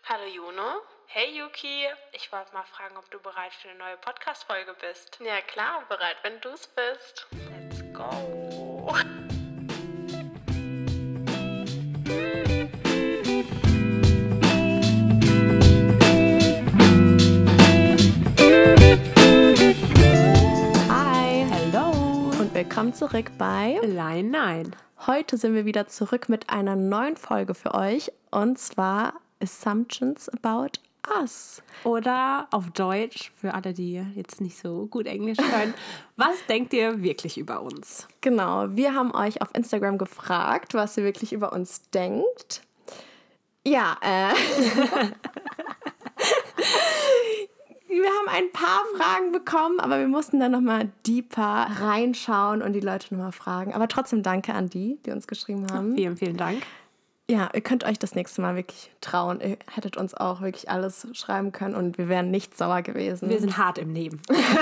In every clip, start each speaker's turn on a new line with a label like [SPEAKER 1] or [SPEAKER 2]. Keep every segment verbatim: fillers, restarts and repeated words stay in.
[SPEAKER 1] Hallo Juno. Hey Yuki, ich wollte mal fragen, ob du bereit für eine neue Podcast-Folge bist. Ja klar, bereit, wenn du es bist. Let's go.
[SPEAKER 2] Hi, hello und willkommen zurück bei
[SPEAKER 3] Line neun.
[SPEAKER 2] Heute sind wir wieder zurück mit einer neuen Folge für euch und zwar Assumptions About Us.
[SPEAKER 3] Oder auf Deutsch, für alle, die jetzt nicht so gut Englisch können, was denkt ihr wirklich über uns?
[SPEAKER 2] Genau, wir haben euch auf Instagram gefragt, was ihr wirklich über uns denkt. Ja, äh... wir haben ein paar Fragen bekommen, aber wir mussten dann nochmal deeper reinschauen und die Leute nochmal fragen. Aber trotzdem danke an die, die uns geschrieben haben.
[SPEAKER 3] Vielen, vielen Dank.
[SPEAKER 2] Ja, ihr könnt euch das nächste Mal wirklich trauen. Ihr hättet uns auch wirklich alles schreiben können und wir wären nicht sauer gewesen.
[SPEAKER 3] Wir sind hart im Leben.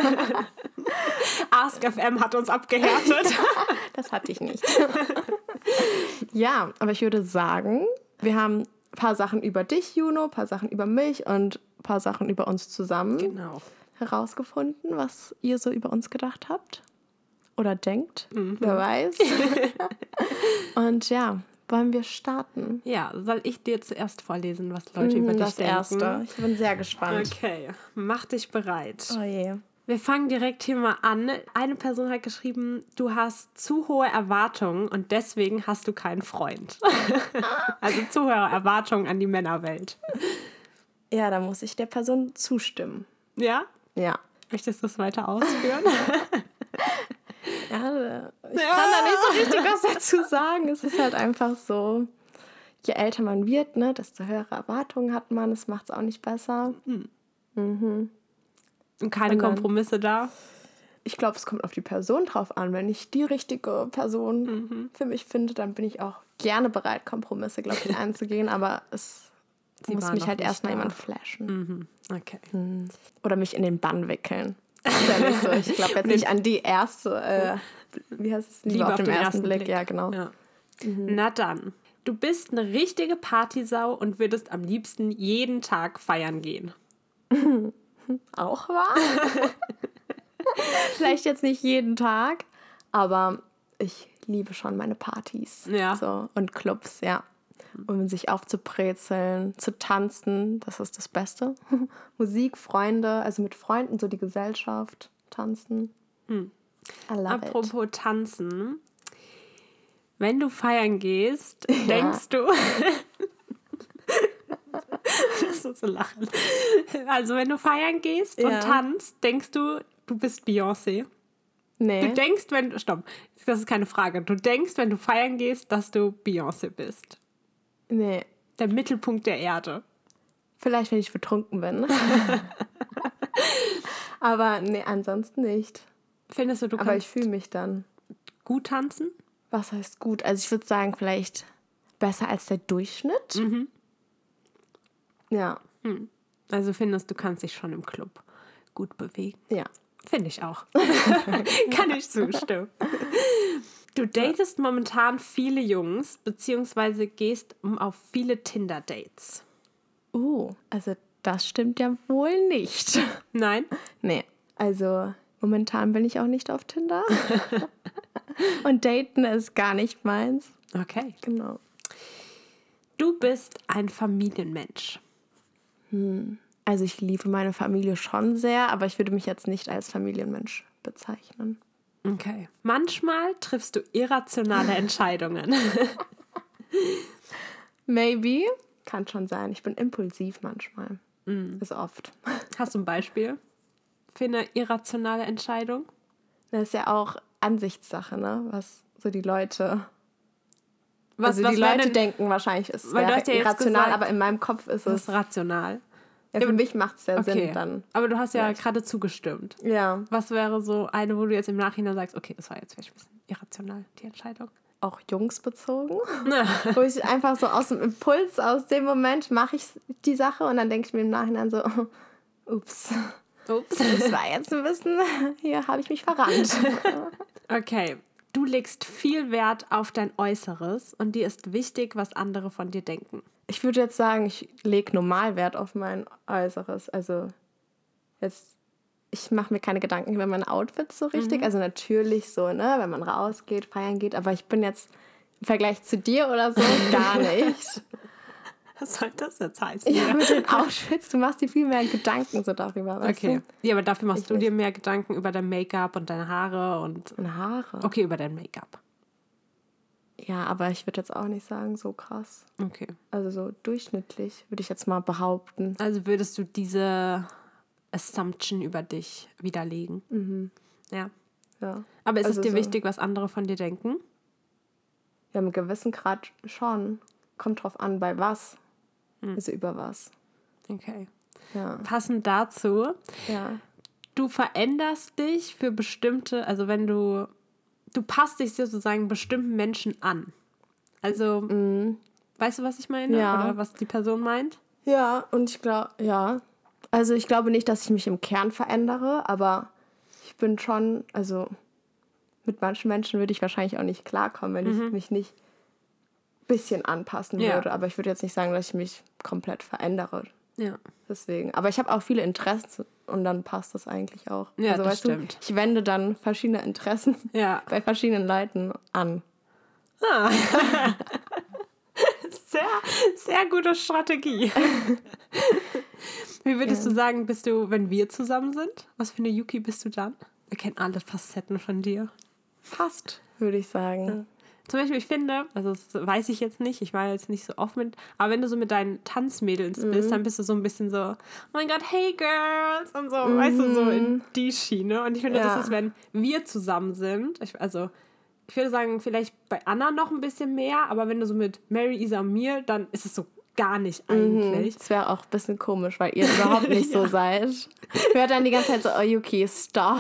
[SPEAKER 3] Ask F M hat uns abgehärtet.
[SPEAKER 2] Das hatte ich nicht. Ja, aber ich würde sagen, wir haben ein paar Sachen über dich, Juno, ein paar Sachen über mich und ein paar Sachen über uns zusammen
[SPEAKER 3] Genau.
[SPEAKER 2] herausgefunden, was ihr so über uns gedacht habt oder denkt.
[SPEAKER 3] Mhm.
[SPEAKER 2] Wer weiß. Und ja, wollen wir starten?
[SPEAKER 3] Ja, soll ich dir zuerst vorlesen, was Leute über dich
[SPEAKER 2] das
[SPEAKER 3] denken?
[SPEAKER 2] Das Erste. Ich bin sehr gespannt.
[SPEAKER 3] Okay, mach dich bereit.
[SPEAKER 2] Oh je.
[SPEAKER 3] Wir fangen direkt hier mal an. Eine Person hat geschrieben, du hast zu hohe Erwartungen und deswegen hast du keinen Freund. Also zu hohe Erwartungen an die Männerwelt.
[SPEAKER 2] Ja, da muss ich der Person zustimmen.
[SPEAKER 3] Ja?
[SPEAKER 2] Ja.
[SPEAKER 3] Möchtest du es weiter ausführen?
[SPEAKER 2] Ja, ich ja. kann da nicht so richtig was dazu sagen. Es ist halt einfach so, je älter man wird, ne, desto höhere Erwartungen hat man. Das macht es auch nicht besser.
[SPEAKER 3] Mhm.
[SPEAKER 2] Mhm.
[SPEAKER 3] Und keine Und dann, Kompromisse da?
[SPEAKER 2] Ich glaube, es kommt auf die Person drauf an. Wenn ich die richtige Person mhm. für mich finde, dann bin ich auch gerne bereit, Kompromisse, glaube ich, einzugehen. Aber es Sie muss mich halt erstmal jemand flashen.
[SPEAKER 3] Mhm. Okay.
[SPEAKER 2] Mhm. Oder mich in den Bann wickeln. Das ist ja nicht so. Ich glaube jetzt nicht an die erste, äh, wie heißt es? Liebe, Liebe auf, auf dem ersten, ersten Blick. Blick. Ja, genau. Ja.
[SPEAKER 3] Mhm. Na dann. Du bist eine richtige Partysau und würdest am liebsten jeden Tag feiern gehen.
[SPEAKER 2] Auch wahr? Vielleicht jetzt nicht jeden Tag, aber ich liebe schon meine Partys.
[SPEAKER 3] Ja.
[SPEAKER 2] So, und Clubs, ja. Um sich aufzubrezeln, zu tanzen, das ist das Beste. Musik, Freunde, also mit Freunden, so die Gesellschaft, tanzen.
[SPEAKER 3] Hm. Apropos it. Tanzen, wenn du feiern gehst, ja. denkst du... Das ist so lachen. Also wenn du feiern gehst ja. und tanzt, denkst du, du bist Beyoncé?
[SPEAKER 2] Nee.
[SPEAKER 3] Du denkst, wenn du... Stopp, das ist keine Frage. Du denkst, wenn du feiern gehst, dass du Beyoncé bist.
[SPEAKER 2] Nee.
[SPEAKER 3] Der Mittelpunkt der Erde.
[SPEAKER 2] Vielleicht, wenn ich betrunken bin. Aber nee, ansonsten nicht.
[SPEAKER 3] Findest du, du
[SPEAKER 2] Aber
[SPEAKER 3] kannst
[SPEAKER 2] ich fühle mich dann.
[SPEAKER 3] Gut tanzen?
[SPEAKER 2] Was heißt gut? Also ich würde sagen, vielleicht besser als der Durchschnitt.
[SPEAKER 3] Mhm.
[SPEAKER 2] Ja.
[SPEAKER 3] Hm. Also findest du, kannst dich schon im Club gut bewegen?
[SPEAKER 2] Ja.
[SPEAKER 3] Finde ich auch. Kann ich zustimmen. Du datest momentan viele Jungs, beziehungsweise gehst auf viele Tinder-Dates.
[SPEAKER 2] Uh, also das stimmt ja wohl nicht.
[SPEAKER 3] Nein?
[SPEAKER 2] Nee, also momentan bin ich auch nicht auf Tinder. Und daten ist gar nicht meins.
[SPEAKER 3] Okay.
[SPEAKER 2] Genau.
[SPEAKER 3] Du bist ein Familienmensch.
[SPEAKER 2] Hm. Also ich liebe meine Familie schon sehr, aber ich würde mich jetzt nicht als Familienmensch bezeichnen.
[SPEAKER 3] Okay. Manchmal triffst du irrationale Entscheidungen.
[SPEAKER 2] Maybe. Kann schon sein. Ich bin impulsiv manchmal.
[SPEAKER 3] Mm.
[SPEAKER 2] Ist oft.
[SPEAKER 3] Hast du ein Beispiel für eine irrationale Entscheidung?
[SPEAKER 2] Das ist ja auch Ansichtssache, ne? Was so die Leute...
[SPEAKER 3] Was,
[SPEAKER 2] also
[SPEAKER 3] was
[SPEAKER 2] die Leute
[SPEAKER 3] denn,
[SPEAKER 2] denken wahrscheinlich, es
[SPEAKER 3] wäre
[SPEAKER 2] ja irrational,
[SPEAKER 3] gesagt,
[SPEAKER 2] aber in meinem Kopf ist es...
[SPEAKER 3] ist rational.
[SPEAKER 2] Ja, für mich macht es ja
[SPEAKER 3] okay.
[SPEAKER 2] Sinn dann.
[SPEAKER 3] Aber du hast ja gerade zugestimmt.
[SPEAKER 2] Ja.
[SPEAKER 3] Was wäre so eine, wo du jetzt im Nachhinein sagst, okay, das war jetzt vielleicht ein bisschen irrational, die Entscheidung?
[SPEAKER 2] Auch jungsbezogen. Wo ich einfach so aus dem Impuls, aus dem Moment mache ich die Sache und dann denke ich mir im Nachhinein so, ups.
[SPEAKER 3] Ups.
[SPEAKER 2] Das war jetzt ein bisschen, hier habe ich mich verrannt.
[SPEAKER 3] Okay. Du legst viel Wert auf dein Äußeres und dir ist wichtig, was andere von dir denken.
[SPEAKER 2] Ich würde jetzt sagen, ich lege normal Wert auf mein Äußeres. Also jetzt, ich mache mir keine Gedanken über meine Outfits so richtig. Mhm. Also natürlich so, ne, wenn man rausgeht, feiern geht. Aber ich bin jetzt im Vergleich zu dir oder so gar nicht.
[SPEAKER 3] Was soll das jetzt heißen?
[SPEAKER 2] Ja, mit den Outfits, du machst dir viel mehr Gedanken so darüber, weißt
[SPEAKER 3] okay.
[SPEAKER 2] du?
[SPEAKER 3] Ja, aber dafür machst
[SPEAKER 2] ich
[SPEAKER 3] du
[SPEAKER 2] nicht.
[SPEAKER 3] dir mehr Gedanken über dein Make-up und deine Haare und...
[SPEAKER 2] Meine Haare?
[SPEAKER 3] Okay, über dein Make-up.
[SPEAKER 2] Ja, aber ich würde jetzt auch nicht sagen, so krass.
[SPEAKER 3] Okay.
[SPEAKER 2] Also so durchschnittlich, würde ich jetzt mal behaupten.
[SPEAKER 3] Also würdest du diese Assumption über dich widerlegen?
[SPEAKER 2] Mhm.
[SPEAKER 3] Ja.
[SPEAKER 2] Ja.
[SPEAKER 3] Aber ist
[SPEAKER 2] also
[SPEAKER 3] es dir
[SPEAKER 2] so,
[SPEAKER 3] wichtig, was andere von dir denken?
[SPEAKER 2] Ja, im gewissen Grad schon. Kommt drauf an, bei was.
[SPEAKER 3] Hm.
[SPEAKER 2] Also über was.
[SPEAKER 3] Okay.
[SPEAKER 2] Ja.
[SPEAKER 3] Passend dazu,
[SPEAKER 2] Ja.
[SPEAKER 3] du veränderst dich für bestimmte, also wenn du, du passt dich sozusagen bestimmten Menschen an. Also,
[SPEAKER 2] Mhm.
[SPEAKER 3] weißt du, was ich meine?
[SPEAKER 2] Ja.
[SPEAKER 3] Oder was die Person meint?
[SPEAKER 2] Ja, und ich glaube, ja. Also ich glaube nicht, dass ich mich im Kern verändere, aber ich bin schon, also mit manchen Menschen würde ich wahrscheinlich auch nicht klarkommen, wenn mhm. ich mich nicht ein bisschen anpassen
[SPEAKER 3] ja.
[SPEAKER 2] würde. Aber ich würde jetzt nicht sagen, dass ich mich komplett verändere.
[SPEAKER 3] Ja.
[SPEAKER 2] Deswegen. Aber ich habe auch viele Interessen und dann passt das eigentlich auch.
[SPEAKER 3] Ja,
[SPEAKER 2] also,
[SPEAKER 3] das
[SPEAKER 2] weißt
[SPEAKER 3] stimmt.
[SPEAKER 2] Du, ich wende dann verschiedene Interessen
[SPEAKER 3] ja.
[SPEAKER 2] bei verschiedenen Leuten an.
[SPEAKER 3] Ah. Sehr, sehr gute Strategie. Wie würdest ja. du sagen, bist du, wenn wir zusammen sind? Was für eine Yuki bist du dann? Wir kennen alle Facetten von dir.
[SPEAKER 2] Fast, würde ich sagen.
[SPEAKER 3] Ja. Zum Beispiel, ich finde, also das weiß ich jetzt nicht, ich war jetzt nicht so oft mit, aber wenn du so mit deinen Tanzmädels mhm. bist, dann bist du so ein bisschen so, oh mein Gott, hey Girls und so, mhm. weißt du, so in die Schiene. Und ich finde, ja. das ist, wenn wir zusammen sind, ich, also ich würde sagen, vielleicht bei Anna noch ein bisschen mehr, aber wenn du so mit Mary, Isa und mir, dann ist es so gar nicht eigentlich.
[SPEAKER 2] Mhm. Das wäre auch ein bisschen komisch, weil ihr überhaupt nicht ja. so seid. Ich höre dann die ganze Zeit so, oh Yuki, stop.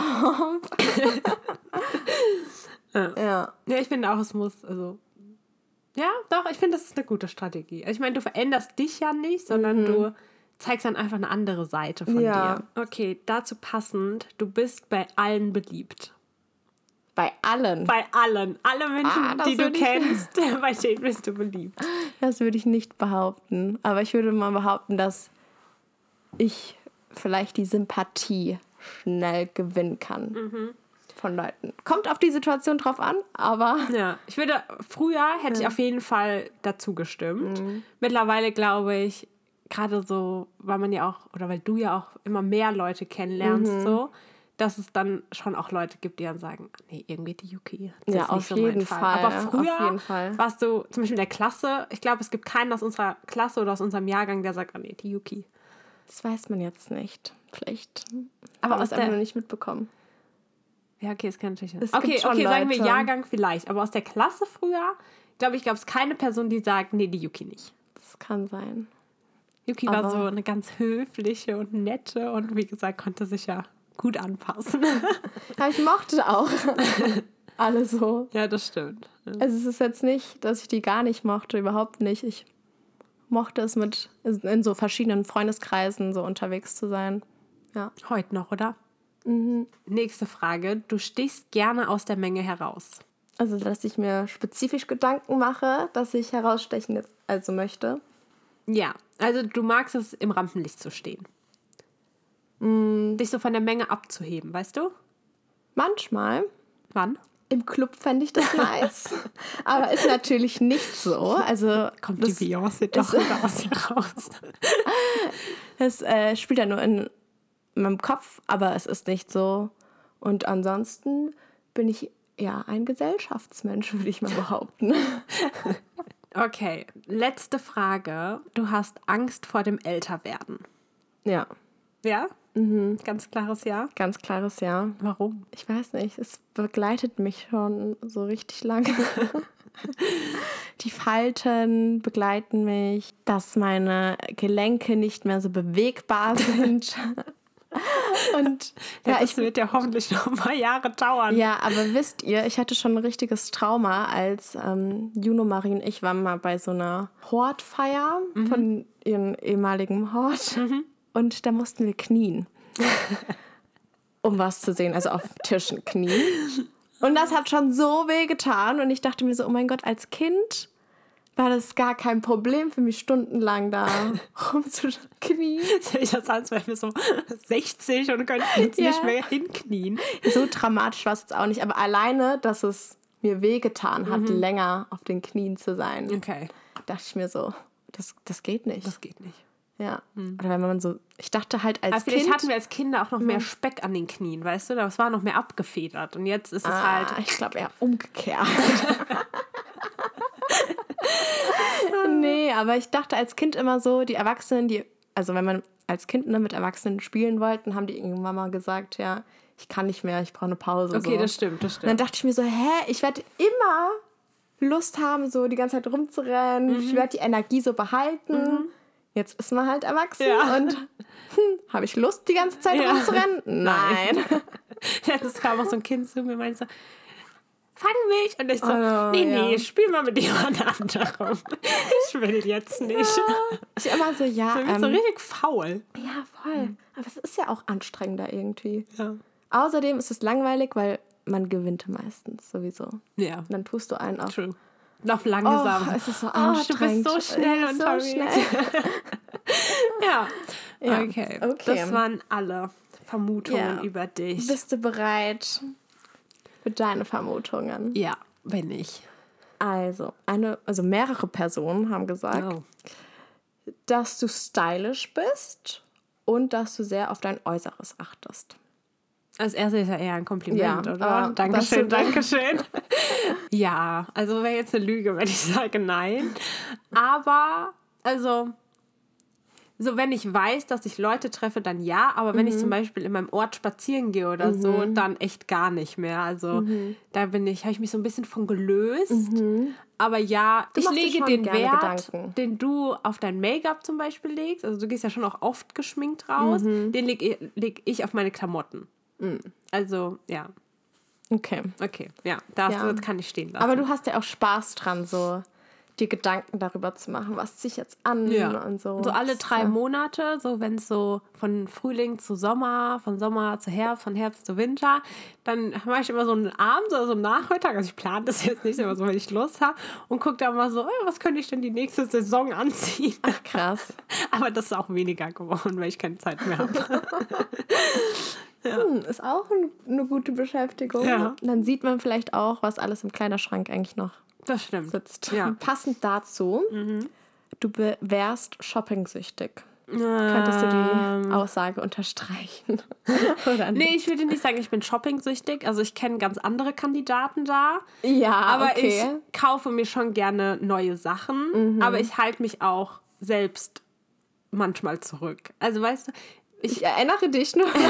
[SPEAKER 3] ja. ja. Ja, ich finde auch, es muss, also, ja, doch, ich finde, das ist eine gute Strategie. Also ich meine, du veränderst dich ja nicht, sondern mhm. du zeigst dann einfach eine andere Seite von
[SPEAKER 2] ja.
[SPEAKER 3] dir. Okay, dazu passend, du bist bei allen beliebt.
[SPEAKER 2] Bei allen?
[SPEAKER 3] Bei allen. Alle Menschen, ah, die du kennst, bei denen bist du beliebt.
[SPEAKER 2] Das würde ich nicht behaupten. Aber ich würde mal behaupten, dass ich vielleicht die Sympathie schnell gewinnen kann mhm. von Leuten. Kommt auf die Situation drauf an, aber...
[SPEAKER 3] Ja, ich würde, früher hätte ja. ich auf jeden Fall dazu gestimmt. Mhm. Mittlerweile glaube ich, gerade so, weil man ja auch, oder weil du ja auch immer mehr Leute kennenlernst, mhm. so, dass es dann schon auch Leute gibt, die dann sagen, nee, irgendwie die Yuki. Das
[SPEAKER 2] ja,
[SPEAKER 3] ist
[SPEAKER 2] auf
[SPEAKER 3] nicht so
[SPEAKER 2] jeden
[SPEAKER 3] mein
[SPEAKER 2] Fall.
[SPEAKER 3] Fall. Aber früher
[SPEAKER 2] auf jeden Fall.
[SPEAKER 3] warst du zum Beispiel in der Klasse, ich glaube, es gibt keinen aus unserer Klasse oder aus unserem Jahrgang, der sagt, oh nee, die Yuki.
[SPEAKER 2] Das weiß man jetzt nicht. Vielleicht.
[SPEAKER 3] Aber aus
[SPEAKER 2] der...
[SPEAKER 3] der...
[SPEAKER 2] noch nicht mitbekommen.
[SPEAKER 3] Ja, okay, das kann natürlich sein.
[SPEAKER 2] Es
[SPEAKER 3] Okay,
[SPEAKER 2] okay,
[SPEAKER 3] Leute. Sagen wir
[SPEAKER 2] Leute.
[SPEAKER 3] Jahrgang vielleicht. Aber aus der Klasse früher, glaube ich, gab es keine Person, die sagt, nee, die Yuki nicht.
[SPEAKER 2] Das kann sein.
[SPEAKER 3] Yuki aber war so eine ganz höfliche und nette und wie gesagt, konnte sich ja gut anpassen.
[SPEAKER 2] Aber ich mochte auch alle so.
[SPEAKER 3] Ja, das stimmt. Ja.
[SPEAKER 2] Also es ist jetzt nicht, dass ich die gar nicht mochte, überhaupt nicht. Ich mochte es mit in so verschiedenen Freundeskreisen so unterwegs zu sein. Ja.
[SPEAKER 3] Heute noch, oder?
[SPEAKER 2] Mhm.
[SPEAKER 3] Nächste Frage. Du stichst gerne aus der Menge heraus.
[SPEAKER 2] Also, dass ich mir spezifisch Gedanken mache, dass ich herausstechen also möchte.
[SPEAKER 3] Ja, also du magst es, im Rampenlicht zu stehen.
[SPEAKER 2] Mm.
[SPEAKER 3] Dich so von der Menge abzuheben, weißt du?
[SPEAKER 2] Manchmal.
[SPEAKER 3] Wann?
[SPEAKER 2] Im Club fände ich das nice. Aber ist natürlich nicht so. Also
[SPEAKER 3] kommt die Beyoncé doch wieder aus dir raus.
[SPEAKER 2] Das äh, spielt ja nur in meinem Kopf, aber es ist nicht so. Und ansonsten bin ich ja ein Gesellschaftsmensch, würde ich mal behaupten.
[SPEAKER 3] Okay, letzte Frage. Du hast Angst vor dem Älterwerden.
[SPEAKER 2] Ja.
[SPEAKER 3] Ja?
[SPEAKER 2] Mhm.
[SPEAKER 3] Ganz klares Ja?
[SPEAKER 2] Ganz klares Ja.
[SPEAKER 3] Warum?
[SPEAKER 2] Ich weiß nicht, es begleitet mich schon so richtig lange. Die Falten begleiten mich, dass meine Gelenke nicht mehr so bewegbar sind. Und
[SPEAKER 3] ja,
[SPEAKER 2] ja,
[SPEAKER 3] das
[SPEAKER 2] ich,
[SPEAKER 3] wird ja hoffentlich noch ein paar Jahre dauern.
[SPEAKER 2] Ja, aber wisst ihr, ich hatte schon ein richtiges Trauma, als ähm, Juno, Marie und ich waren mal bei so einer Hortfeier mhm. von ihrem ehemaligen Hort. Mhm. Und da mussten wir knien, um was zu sehen, also auf Tischen knien. Und das hat schon so weh getan. Und ich dachte mir so, oh mein Gott, als Kind war das gar kein Problem für mich, stundenlang da rumzuknien.
[SPEAKER 3] Ich das als wäre mir so sechzig und könnte jetzt yeah. nicht mehr hinknien.
[SPEAKER 2] So dramatisch war es jetzt auch nicht. Aber alleine, dass es mir wehgetan hat, mhm. länger auf den Knien zu sein,
[SPEAKER 3] okay.
[SPEAKER 2] dachte ich mir so, das, das geht nicht.
[SPEAKER 3] Das geht nicht.
[SPEAKER 2] Ja. Mhm. Oder wenn man so, ich dachte halt als
[SPEAKER 3] Aber
[SPEAKER 2] Kind.
[SPEAKER 3] Vielleicht hatten wir als Kinder auch noch mehr Speck an den Knien, weißt du? Das war noch mehr abgefedert. Und jetzt ist es
[SPEAKER 2] ah,
[SPEAKER 3] halt.
[SPEAKER 2] Ich glaube eher umgekehrt. Nee, aber ich dachte als Kind immer so, die Erwachsenen, die, also wenn man als Kind ne, mit Erwachsenen spielen wollten, haben die irgendwann mal gesagt, ja, ich kann nicht mehr, ich brauche eine Pause.
[SPEAKER 3] Okay,
[SPEAKER 2] so.
[SPEAKER 3] das stimmt, das stimmt.
[SPEAKER 2] Und dann dachte ich mir so, hä, ich werde immer Lust haben, so die ganze Zeit rumzurennen, mhm. ich werde die Energie so behalten. Mhm. Jetzt ist man halt erwachsen ja. und hm, habe ich Lust, die ganze Zeit ja. rumzurennen? Nein.
[SPEAKER 3] Ja, das kam auch so ein Kind zu mir und meinte so, fang mich. Und ich so,
[SPEAKER 2] oh,
[SPEAKER 3] nee, nee,
[SPEAKER 2] ja.
[SPEAKER 3] spiel mal mit jemand anderem. Ich will jetzt nicht.
[SPEAKER 2] Ja. Ich immer so, ja.
[SPEAKER 3] So, ähm, so richtig faul.
[SPEAKER 2] Ja, voll. Mhm. Aber es ist ja auch anstrengender irgendwie.
[SPEAKER 3] Ja.
[SPEAKER 2] Außerdem ist es langweilig, weil man gewinnt meistens sowieso.
[SPEAKER 3] Ja.
[SPEAKER 2] Und dann tust du einen auf.
[SPEAKER 3] True. Noch langsam.
[SPEAKER 2] Oh, es ist so
[SPEAKER 3] oh,
[SPEAKER 2] anstrengend.
[SPEAKER 3] Du bist so schnell
[SPEAKER 2] ja,
[SPEAKER 3] unterwegs.
[SPEAKER 2] So schnell.
[SPEAKER 3] ja.
[SPEAKER 2] ja.
[SPEAKER 3] Okay.
[SPEAKER 2] okay.
[SPEAKER 3] Das waren alle Vermutungen
[SPEAKER 2] ja.
[SPEAKER 3] über dich.
[SPEAKER 2] Bist du bereit für deine Vermutungen?
[SPEAKER 3] Ja, wenn ich.
[SPEAKER 2] Also, eine, also mehrere Personen haben gesagt, oh. dass du stylisch bist und dass du sehr auf dein Äußeres achtest.
[SPEAKER 3] Als erstes ist ja eher ein Kompliment,
[SPEAKER 2] ja,
[SPEAKER 3] oder?
[SPEAKER 2] Äh,
[SPEAKER 3] Dankeschön, Dankeschön. Ja, also wäre jetzt eine Lüge, wenn ich sage nein. Aber, also, so wenn ich weiß, dass ich Leute treffe, dann ja. Aber wenn mhm. ich zum Beispiel in meinem Ort spazieren gehe oder mhm. so, dann echt gar nicht mehr. Also mhm. da bin ich, habe ich mich so ein bisschen von gelöst. Mhm. Aber ja,
[SPEAKER 2] du
[SPEAKER 3] ich lege den Wert,
[SPEAKER 2] Gedanken.
[SPEAKER 3] den du auf dein Make-up zum Beispiel legst. Also du gehst ja schon auch oft geschminkt raus. Mhm. Den lege leg ich auf meine Klamotten. Mhm. Also, ja.
[SPEAKER 2] Okay.
[SPEAKER 3] Okay, ja, das ja. kann ich stehen lassen.
[SPEAKER 2] Aber du hast ja auch Spaß dran, so dir Gedanken darüber zu machen, was ziehe ich jetzt an ja. und so.
[SPEAKER 3] So alle drei ja. Monate, so wenn es so von Frühling zu Sommer, von Sommer zu Herbst, von Herbst zu Winter, dann mache ich immer so einen Abend oder so einen Nachmittag, also ich plane das jetzt nicht, aber so, wenn ich Lust habe und gucke da mal so, oh, was könnte ich denn die nächste Saison anziehen?
[SPEAKER 2] Ach, krass.
[SPEAKER 3] Aber das ist auch weniger geworden, weil ich keine Zeit mehr habe.
[SPEAKER 2] Ja. Hm, ist auch ein, eine gute Beschäftigung.
[SPEAKER 3] Ja.
[SPEAKER 2] Und dann sieht man vielleicht auch, was alles im Kleiderschrank eigentlich noch
[SPEAKER 3] das stimmt.
[SPEAKER 2] sitzt.
[SPEAKER 3] Ja.
[SPEAKER 2] Passend dazu, mhm. du be- wärst shopping-süchtig.
[SPEAKER 3] Ähm.
[SPEAKER 2] Könntest du die Aussage unterstreichen? Oder nicht?
[SPEAKER 3] Nee, ich würde nicht sagen, ich bin shopping-süchtig. Also ich kenne ganz andere Kandidaten da.
[SPEAKER 2] Ja,
[SPEAKER 3] aber
[SPEAKER 2] okay.
[SPEAKER 3] ich kaufe mir schon gerne neue Sachen. Mhm. Aber ich halte mich auch selbst manchmal zurück. Also weißt du,
[SPEAKER 2] Ich, ich erinnere dich nur.
[SPEAKER 3] Also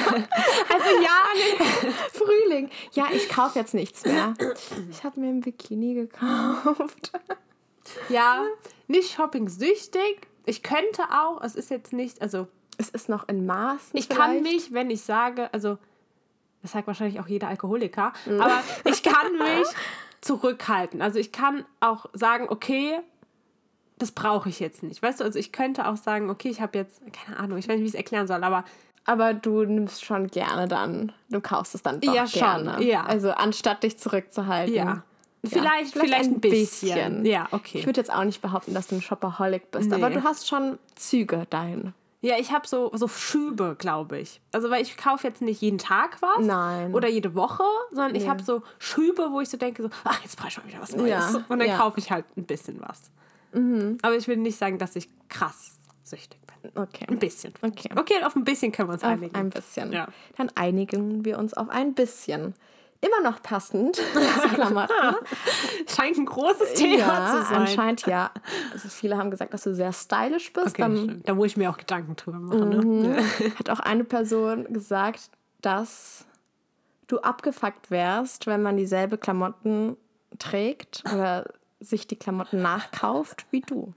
[SPEAKER 3] ja,
[SPEAKER 2] Frühling. Ja, ich kaufe jetzt nichts mehr. Ich habe mir ein Bikini gekauft.
[SPEAKER 3] Ja, nicht shopping-süchtig. Ich könnte auch, es ist jetzt nicht, also...
[SPEAKER 2] Es ist noch in Maßen
[SPEAKER 3] Ich
[SPEAKER 2] vielleicht.
[SPEAKER 3] kann mich, wenn ich sage, also, das sagt wahrscheinlich auch jeder Alkoholiker, mhm. aber ich kann mich zurückhalten. Also ich kann auch sagen, okay, das brauche ich jetzt nicht. Weißt du, also ich könnte auch sagen, okay, ich habe jetzt, keine Ahnung, ich weiß nicht, wie ich es erklären soll, aber...
[SPEAKER 2] Aber du nimmst schon gerne dann, du kaufst es dann doch
[SPEAKER 3] ja,
[SPEAKER 2] gerne.
[SPEAKER 3] Schon, ja,
[SPEAKER 2] also anstatt dich zurückzuhalten.
[SPEAKER 3] Ja. Vielleicht, ja, vielleicht, vielleicht ein bisschen. bisschen. Ja, okay.
[SPEAKER 2] Ich würde jetzt auch nicht behaupten, dass du ein Shopaholic bist, nee. aber du hast schon Züge dahin.
[SPEAKER 3] Ja, ich habe so, so Schübe, glaube ich. Also, weil ich kaufe jetzt nicht jeden Tag was.
[SPEAKER 2] Nein.
[SPEAKER 3] Oder jede Woche, sondern nee. ich habe so Schübe, wo ich so denke, so, ach, jetzt brauche ich mal wieder was Neues. Ja. Und dann ja. kaufe ich halt ein bisschen was. Mhm. Aber ich will nicht sagen, dass ich krass süchtig bin.
[SPEAKER 2] Okay.
[SPEAKER 3] Ein bisschen.
[SPEAKER 2] Okay,
[SPEAKER 3] okay auf ein bisschen können wir uns
[SPEAKER 2] auf
[SPEAKER 3] einigen.
[SPEAKER 2] ein bisschen.
[SPEAKER 3] Ja.
[SPEAKER 2] Dann einigen wir uns auf ein bisschen. Immer noch passend zu Klamotten.
[SPEAKER 3] Scheint ein großes Thema
[SPEAKER 2] ja,
[SPEAKER 3] zu sein.
[SPEAKER 2] Anscheinend ja. Also viele haben gesagt, dass du sehr stylisch bist.
[SPEAKER 3] Okay,
[SPEAKER 2] dann,
[SPEAKER 3] da muss ich mir auch Gedanken drüber machen.
[SPEAKER 2] Mhm.
[SPEAKER 3] Ne?
[SPEAKER 2] Hat auch eine Person gesagt, dass du abgefuckt wärst, wenn man dieselbe Klamotten trägt oder sich die Klamotten nachkauft wie du.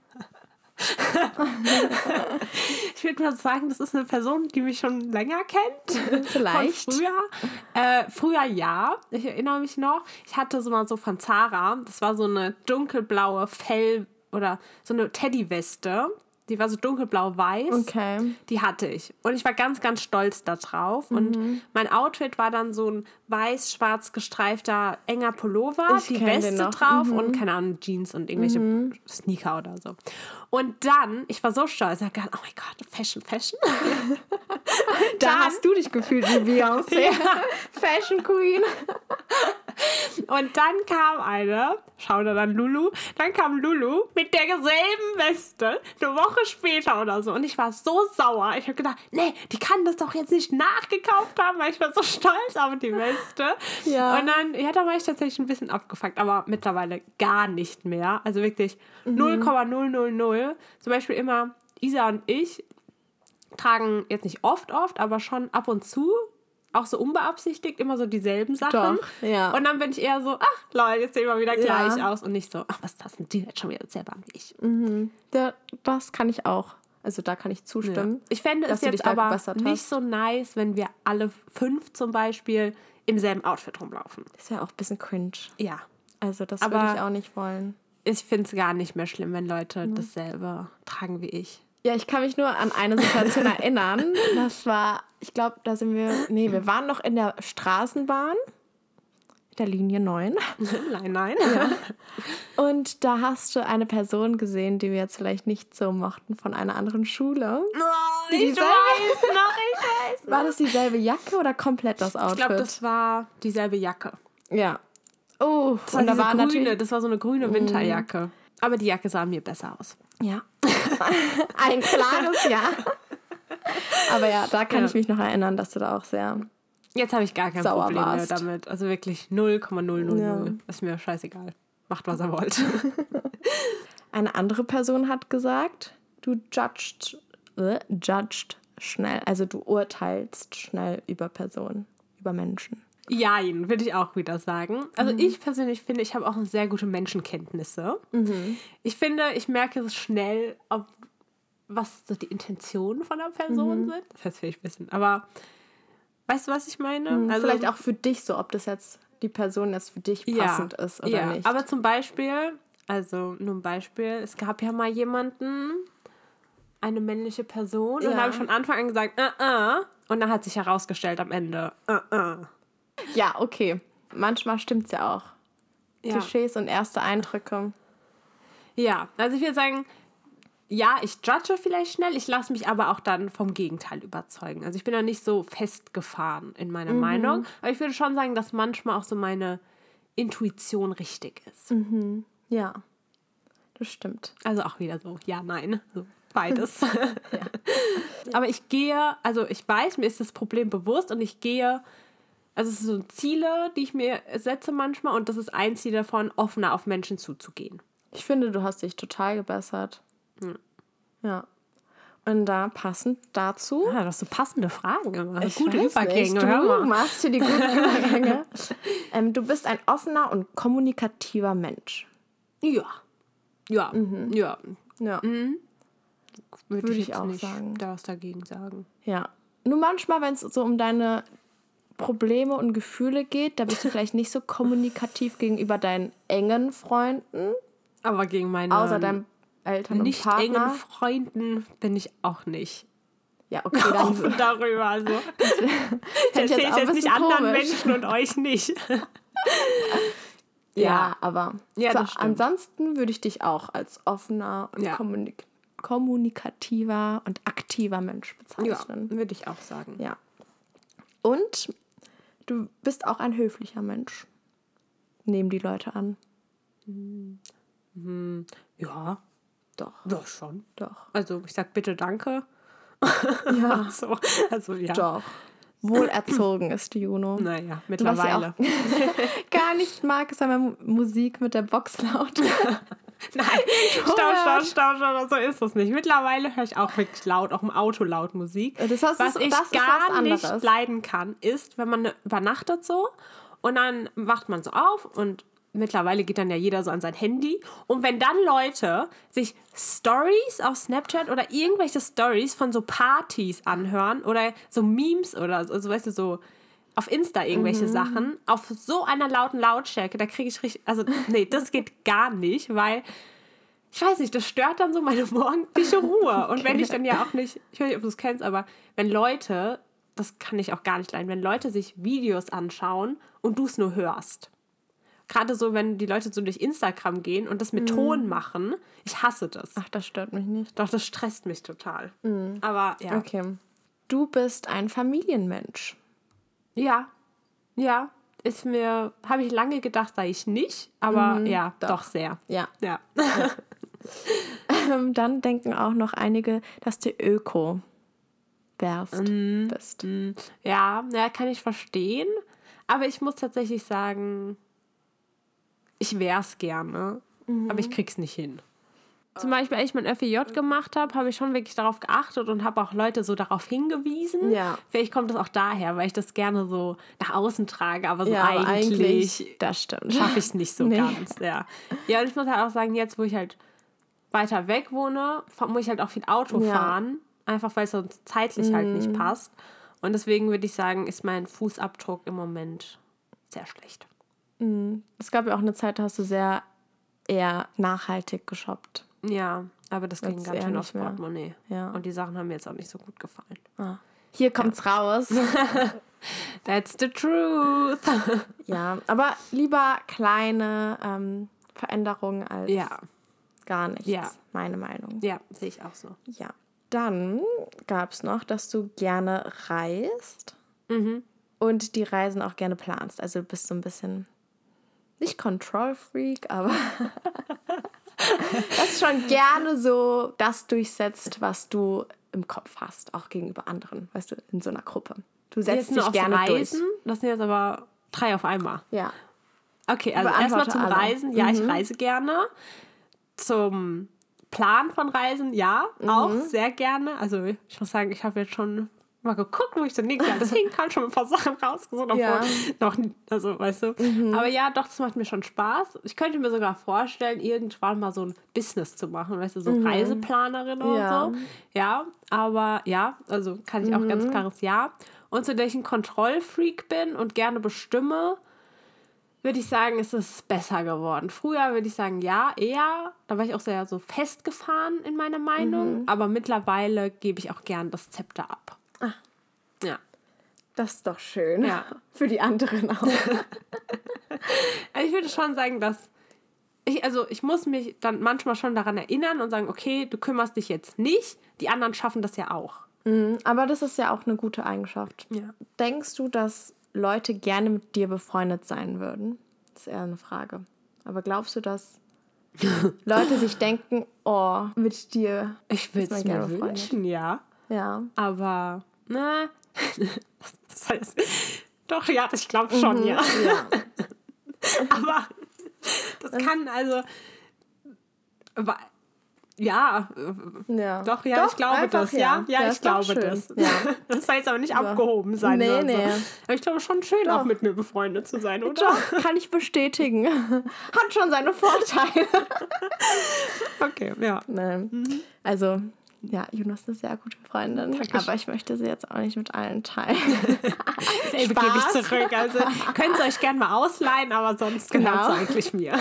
[SPEAKER 3] Ich würde mal sagen, das ist eine Person, die mich schon länger kennt.
[SPEAKER 2] Vielleicht.
[SPEAKER 3] Von früher. Äh, früher ja. Ich erinnere mich noch. Ich hatte so mal so von Zara, das war so eine dunkelblaue Fell- oder so eine Teddyweste. Die war so dunkelblau-weiß.
[SPEAKER 2] Okay.
[SPEAKER 3] Die hatte ich. Und ich war ganz, ganz stolz da drauf. Mhm. Und mein Outfit war dann so ein weiß-schwarz gestreifter, enger Pullover,
[SPEAKER 2] ich
[SPEAKER 3] die Weste drauf mhm. und, keine Ahnung, Jeans und irgendwelche mhm. Sneaker oder so. Und dann, ich war so stolz, ich habe gedacht, oh mein Gott, Fashion, Fashion.
[SPEAKER 2] da dann, hast du dich gefühlt wie Beyoncé. Ja. Fashion Queen.
[SPEAKER 3] Und dann kam eine, schau da dann Lulu, dann kam Lulu mit derselben Weste, eine Woche später oder so. Und ich war so sauer. Ich habe gedacht, nee, die kann das doch jetzt nicht nachgekauft haben, weil ich war so stolz auf die Weste. Ja. Und dann, ja, da war ich tatsächlich ein bisschen abgefuckt, aber mittlerweile gar nicht mehr. Also wirklich mhm. null Komma null null null. Zum Beispiel immer Isa und ich tragen jetzt nicht oft, oft, aber schon ab und zu auch so unbeabsichtigt immer so dieselben Sachen.
[SPEAKER 2] Doch, ja.
[SPEAKER 3] Und dann bin ich eher so, ach Leute, jetzt sehen wir wieder gleich ja. aus und nicht so, ach, was ist das denn? Die jetzt schon wieder selber wie ich.
[SPEAKER 2] Mhm. Ja, das kann ich auch. Also da kann ich zustimmen.
[SPEAKER 3] Ja. Ich fände es jetzt aber nicht so nice, wenn wir alle fünf zum Beispiel im selben Outfit rumlaufen.
[SPEAKER 2] Das ist ja auch ein bisschen cringe.
[SPEAKER 3] Ja.
[SPEAKER 2] Also das würde ich auch nicht wollen.
[SPEAKER 3] Ich finde es gar nicht mehr schlimm, wenn Leute mhm. dasselbe tragen wie ich.
[SPEAKER 2] Ja, ich kann mich nur an eine Situation erinnern. Das war, ich glaube, da sind wir, nee, wir waren noch in der Straßenbahn, der Linie neun.
[SPEAKER 3] Nein, nein.
[SPEAKER 2] Ja. Und da hast du eine Person gesehen, die wir jetzt vielleicht nicht so mochten, von einer anderen Schule.
[SPEAKER 3] Oh, ich dieselbe, weiß noch, ich weiß noch.
[SPEAKER 2] War das dieselbe Jacke oder komplett das Outfit?
[SPEAKER 3] Ich glaube, das war dieselbe Jacke.
[SPEAKER 2] Ja. Oh,
[SPEAKER 3] das war, und da war grüne, das war so eine grüne Winterjacke. Mm. Aber die Jacke sah mir besser aus.
[SPEAKER 2] Ja. Ein klares Ja. Aber ja, da kann ja. ich mich noch erinnern, dass du da auch sehr
[SPEAKER 3] Jetzt habe ich gar kein
[SPEAKER 2] sauer
[SPEAKER 3] Problem
[SPEAKER 2] warst.
[SPEAKER 3] mehr damit. Also wirklich null Komma null null null. Ja. Ist mir scheißegal. Macht, was er wollt.
[SPEAKER 2] Eine andere Person hat gesagt, du judged, äh, judged schnell. Also du urteilst schnell über Personen, über Menschen.
[SPEAKER 3] Jein, würde ich auch wieder sagen. Also mhm. ich persönlich finde, ich habe auch sehr gute Menschenkenntnisse. Mhm. Ich finde, ich merke es schnell, ob was so die Intentionen von einer Person mhm. sind. Das heißt vielleicht wissen, aber weißt du, was ich meine?
[SPEAKER 2] Mhm. Also, vielleicht auch für dich so, ob das jetzt die Person jetzt für dich passend ja, ist oder
[SPEAKER 3] ja.
[SPEAKER 2] nicht.
[SPEAKER 3] Aber zum Beispiel, also nur ein Beispiel, es gab ja mal jemanden, eine männliche Person, ja. und da habe ich von Anfang an gesagt, uh -uh, und dann hat sich herausgestellt am Ende, uh -uh.
[SPEAKER 2] Ja, okay. Manchmal stimmt's ja auch. Ja. Klischees und erste Eindrücke.
[SPEAKER 3] Ja, also ich würde sagen, ja, ich judge vielleicht schnell, ich lasse mich aber auch dann vom Gegenteil überzeugen. Also ich bin da nicht so festgefahren in meiner mhm. Meinung, aber ich würde schon sagen, dass manchmal auch so meine Intuition richtig ist.
[SPEAKER 2] Mhm. Ja, das stimmt.
[SPEAKER 3] Also auch wieder so, ja, nein, so beides. Ja. Aber ich gehe, also ich weiß, mir ist das Problem bewusst und ich gehe, also es sind so Ziele, die ich mir setze manchmal und das ist ein Ziel davon, offener auf Menschen zuzugehen.
[SPEAKER 2] Ich finde, du hast dich total gebessert. Hm. Ja. Und da passend dazu...
[SPEAKER 3] Ja, du hast so passende Fragen immer.
[SPEAKER 2] Ich
[SPEAKER 3] gute
[SPEAKER 2] Übergänge. Du machst hier die guten Übergänge. ähm, du bist ein offener und kommunikativer Mensch.
[SPEAKER 3] Ja. Ja.
[SPEAKER 2] Mhm.
[SPEAKER 3] Ja.
[SPEAKER 2] Ja.
[SPEAKER 3] Mhm. Würde,
[SPEAKER 2] Würde
[SPEAKER 3] ich,
[SPEAKER 2] ich auch
[SPEAKER 3] nicht
[SPEAKER 2] sagen.
[SPEAKER 3] Da was dagegen sagen.
[SPEAKER 2] Ja. Nur manchmal, wenn es so um deine Probleme und Gefühle geht, da bist du vielleicht nicht so kommunikativ gegenüber deinen engen Freunden.
[SPEAKER 3] Aber gegen meine
[SPEAKER 2] außer deinen Eltern
[SPEAKER 3] nicht
[SPEAKER 2] und Partner.
[SPEAKER 3] engen Freunden bin ich auch nicht.
[SPEAKER 2] Ja, okay, dann
[SPEAKER 3] offen darüber. Also. Ich erzähle es jetzt nicht anderen komisch. Menschen und euch nicht.
[SPEAKER 2] ja, ja, aber
[SPEAKER 3] ja,
[SPEAKER 2] so, ansonsten würde ich dich auch als offener und
[SPEAKER 3] ja.
[SPEAKER 2] kommunik- kommunikativer und aktiver Mensch bezeichnen.
[SPEAKER 3] Ja, würde ich auch sagen.
[SPEAKER 2] Ja. Und du bist auch ein höflicher Mensch. Nehmen die Leute an.
[SPEAKER 3] Hm. Ja.
[SPEAKER 2] Doch.
[SPEAKER 3] Doch, schon.
[SPEAKER 2] Doch.
[SPEAKER 3] Also, ich sag bitte danke.
[SPEAKER 2] Ja.
[SPEAKER 3] so. Also, ja.
[SPEAKER 2] Doch. Wohlerzogen ist die Juno.
[SPEAKER 3] Naja, mittlerweile.
[SPEAKER 2] Was ich auch gar nicht mag, ist einmal Musik mit der Box laut.
[SPEAKER 3] Nein, stopp, stopp, stopp, stopp, so ist das nicht. Mittlerweile höre ich auch wirklich laut, auch im Auto laut Musik.
[SPEAKER 2] Das heißt,
[SPEAKER 3] was
[SPEAKER 2] das,
[SPEAKER 3] ich
[SPEAKER 2] das
[SPEAKER 3] gar
[SPEAKER 2] was
[SPEAKER 3] nicht leiden kann, ist, wenn man übernachtet so und dann wacht man so auf und mittlerweile geht dann ja jeder so an sein Handy. Und wenn dann Leute sich Stories auf Snapchat oder irgendwelche Stories von so Partys anhören oder so Memes oder so, also weißt du, so auf Insta irgendwelche mhm. Sachen, auf so einer lauten Lautstärke, da kriege ich richtig, also nee, das geht gar nicht, weil ich weiß nicht, das stört dann so meine morgendliche Ruhe. Und wenn ich dann ja auch nicht, ich weiß nicht, ob du es kennst, aber wenn Leute, das kann ich auch gar nicht leiden, wenn Leute sich Videos anschauen und du es nur hörst. Gerade so, wenn die Leute so durch Instagram gehen und das mit mm. Ton machen, ich hasse das.
[SPEAKER 2] Ach, das stört mich nicht.
[SPEAKER 3] Doch, das stresst mich total.
[SPEAKER 2] Mm.
[SPEAKER 3] Aber ja.
[SPEAKER 2] Okay. Du bist ein Familienmensch.
[SPEAKER 3] Ja, ja. Ist mir, habe ich lange gedacht, sei ich nicht, aber mm, ja, doch. doch sehr.
[SPEAKER 2] Ja.
[SPEAKER 3] ja.
[SPEAKER 2] ja. Dann denken auch noch einige, dass du Öko wärst,
[SPEAKER 3] mm,
[SPEAKER 2] bist.
[SPEAKER 3] Mm, ja, ja, kann ich verstehen. Aber ich muss tatsächlich sagen, ich wär's gerne, mhm. aber ich krieg's nicht hin. Zum Beispiel, als ich mein F E J gemacht habe, habe ich schon wirklich darauf geachtet und habe auch Leute so darauf hingewiesen.
[SPEAKER 2] Ja.
[SPEAKER 3] Vielleicht kommt das auch daher, weil ich das gerne so nach außen trage, aber so
[SPEAKER 2] ja,
[SPEAKER 3] eigentlich,
[SPEAKER 2] eigentlich das stimmt.
[SPEAKER 3] schaffe ich es nicht so nee. ganz. Ja. ja, und ich muss halt auch sagen, jetzt, wo ich halt weiter weg wohne, muss ich halt auch viel Auto ja. fahren, einfach weil es sonst zeitlich mhm. halt nicht passt. Und deswegen würde ich sagen, ist mein Fußabdruck im Moment sehr schlecht.
[SPEAKER 2] Mhm. Es gab ja auch eine Zeit, da hast du sehr eher nachhaltig geshoppt.
[SPEAKER 3] Ja, aber das ging ganz schön aufs Portemonnaie.
[SPEAKER 2] Ja.
[SPEAKER 3] Und die Sachen haben mir jetzt auch nicht so gut gefallen.
[SPEAKER 2] Ah. Hier kommt's ja. raus.
[SPEAKER 3] That's the truth.
[SPEAKER 2] Ja, aber lieber kleine ähm, Veränderungen als
[SPEAKER 3] ja.
[SPEAKER 2] gar nichts.
[SPEAKER 3] Ja.
[SPEAKER 2] Meine Meinung.
[SPEAKER 3] Ja, sehe ich auch so.
[SPEAKER 2] Ja. Dann gab es noch, dass du gerne reist
[SPEAKER 3] mhm.
[SPEAKER 2] und die Reisen auch gerne planst. Also du bist so ein bisschen, nicht Control-Freak, aber das schon gerne so das durchsetzt, was du im Kopf hast, auch gegenüber anderen, weißt du, in so einer Gruppe. Du setzt dich gerne
[SPEAKER 3] Reisen,
[SPEAKER 2] durch.
[SPEAKER 3] Das sind jetzt aber drei auf einmal.
[SPEAKER 2] Ja.
[SPEAKER 3] Okay, also erstmal zum alle. Reisen. Ja, mhm. ich reise gerne. Zum Plan von Reisen, ja, mhm. auch sehr gerne. Also ich muss sagen, ich habe jetzt schon mal geguckt, wo ich so nächstes Jahr das hinkomme, schon ein paar Sachen rausgesucht.
[SPEAKER 2] Ja.
[SPEAKER 3] Noch, also, weißt du. Mhm. Aber ja, doch, das macht mir schon Spaß. Ich könnte mir sogar vorstellen, irgendwann mal so ein Business zu machen, weißt du, so mhm. Reiseplanerin oder
[SPEAKER 2] ja.
[SPEAKER 3] so. Ja, aber ja, also kann ich auch
[SPEAKER 2] mhm.
[SPEAKER 3] ganz klares Ja. Und zu der ich ein Kontrollfreak bin und gerne bestimme, würde ich sagen, ist es besser geworden. Früher würde ich sagen, ja, eher. Da war ich auch sehr so festgefahren in meiner Meinung. Mhm. Aber mittlerweile gebe ich auch gern das Zepter ab.
[SPEAKER 2] Ach.
[SPEAKER 3] Ja.
[SPEAKER 2] Das ist doch schön.
[SPEAKER 3] Ja.
[SPEAKER 2] Für die anderen auch.
[SPEAKER 3] Also ich würde schon sagen, dass ich, also ich muss mich dann manchmal schon daran erinnern und sagen, okay, du kümmerst dich jetzt nicht. Die anderen schaffen das ja auch.
[SPEAKER 2] Mhm. Aber das ist ja auch eine gute Eigenschaft.
[SPEAKER 3] Ja.
[SPEAKER 2] Denkst du, dass Leute gerne mit dir befreundet sein würden? Das ist eher eine Frage. Aber glaubst du, dass Leute sich denken, oh, mit dir
[SPEAKER 3] ich will es mir wünschen, ja.
[SPEAKER 2] Ja.
[SPEAKER 3] Aber, na, das heißt, doch, ja, ich glaube schon,
[SPEAKER 2] mhm,
[SPEAKER 3] ja.
[SPEAKER 2] ja.
[SPEAKER 3] Aber das kann also, ja,
[SPEAKER 2] ja.
[SPEAKER 3] doch, ja,
[SPEAKER 2] doch,
[SPEAKER 3] ich glaube das, ja, ja,
[SPEAKER 2] ja
[SPEAKER 3] ich glaube das.
[SPEAKER 2] Ja.
[SPEAKER 3] Das soll jetzt aber nicht abgehoben sein
[SPEAKER 2] nee,
[SPEAKER 3] oder
[SPEAKER 2] nee.
[SPEAKER 3] so. Aber ich glaube schon schön, doch. auch mit mir befreundet zu sein, oder?
[SPEAKER 2] Doch, kann ich bestätigen. Hat schon seine Vorteile.
[SPEAKER 3] Okay, ja.
[SPEAKER 2] Nein. Mhm. Also, ja, Jonas ist eine sehr gute Freundin, Dankeschön. Aber ich möchte sie jetzt auch nicht mit allen teilen.
[SPEAKER 3] Selbe gebe ich zurück. Also könnt ihr euch gerne mal ausleihen, aber sonst genau. gehört es eigentlich mir.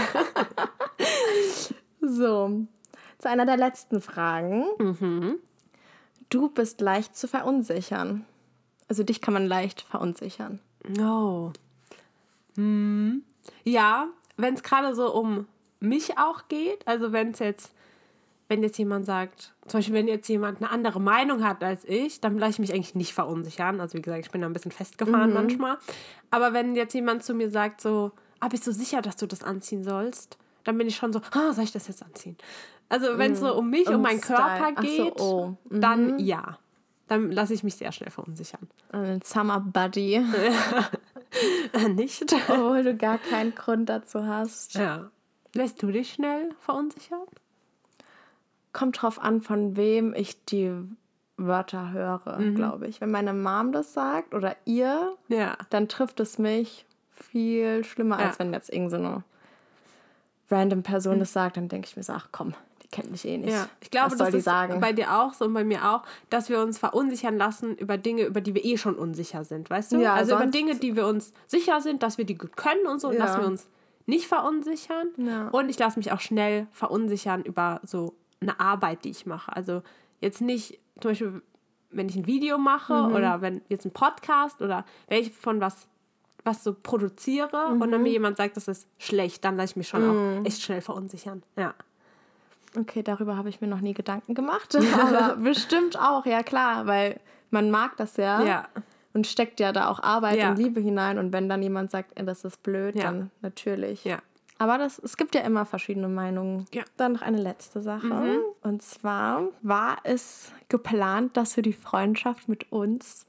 [SPEAKER 2] So, zu einer der letzten Fragen.
[SPEAKER 3] Mhm.
[SPEAKER 2] Du bist leicht zu verunsichern. Also dich kann man leicht verunsichern.
[SPEAKER 3] Oh. Hm. Ja, wenn es gerade so um mich auch geht, also wenn es jetzt wenn jetzt jemand sagt, zum Beispiel, wenn jetzt jemand eine andere Meinung hat als ich, dann lasse ich mich eigentlich nicht verunsichern. Also wie gesagt, ich bin da ein bisschen festgefahren mhm. manchmal. Aber wenn jetzt jemand zu mir sagt so, ah, bist du sicher, dass du das anziehen sollst? Dann bin ich schon so, ah, soll ich das jetzt anziehen? Also wenn es so um mich, um, um meinen Körper geht, so, oh. mhm. dann ja. Dann lasse ich mich sehr schnell verunsichern.
[SPEAKER 2] Ein Summer Buddy.
[SPEAKER 3] Nicht?
[SPEAKER 2] Obwohl du gar keinen Grund dazu hast.
[SPEAKER 3] Ja. Lässt du dich schnell verunsichern?
[SPEAKER 2] Kommt drauf an, von wem ich die Wörter höre, mhm. glaube ich. Wenn meine Mom das sagt oder ihr,
[SPEAKER 3] ja.
[SPEAKER 2] dann trifft es mich viel schlimmer,
[SPEAKER 3] ja.
[SPEAKER 2] als wenn jetzt irgend so eine random Person mhm. das sagt. Dann denke ich mir so, ach komm, die kennt mich eh nicht.
[SPEAKER 3] Ja. Ich glaube,
[SPEAKER 2] Was soll
[SPEAKER 3] das
[SPEAKER 2] die
[SPEAKER 3] ist
[SPEAKER 2] sagen?
[SPEAKER 3] Bei dir auch so und bei mir auch, dass wir uns verunsichern lassen über Dinge, über die wir eh schon unsicher sind, weißt du?
[SPEAKER 2] Ja,
[SPEAKER 3] also
[SPEAKER 2] sonst
[SPEAKER 3] über Dinge, die wir uns sicher sind, dass wir die gut können und so, und
[SPEAKER 2] ja.
[SPEAKER 3] lassen wir uns nicht verunsichern.
[SPEAKER 2] Ja.
[SPEAKER 3] Und ich lasse mich auch schnell verunsichern über so eine Arbeit, die ich mache. Also jetzt nicht zum Beispiel, wenn ich ein Video mache mhm. oder wenn jetzt ein Podcast oder wenn ich von was, was so produziere mhm. und dann mir jemand sagt, das ist schlecht, dann lasse ich mich schon mhm. auch echt schnell verunsichern. Ja.
[SPEAKER 2] Okay, darüber habe ich mir noch nie Gedanken gemacht. Aber bestimmt auch, ja klar, weil man mag das ja.
[SPEAKER 3] Ja.
[SPEAKER 2] Und steckt ja da auch Arbeit
[SPEAKER 3] ja.
[SPEAKER 2] und Liebe hinein. Und wenn dann jemand sagt, das ist blöd, ja. dann natürlich.
[SPEAKER 3] Ja.
[SPEAKER 2] Aber das, es gibt ja immer verschiedene Meinungen.
[SPEAKER 3] Ja.
[SPEAKER 2] Dann noch eine letzte Sache.
[SPEAKER 3] Mhm.
[SPEAKER 2] Und zwar war es geplant, dass du die Freundschaft mit uns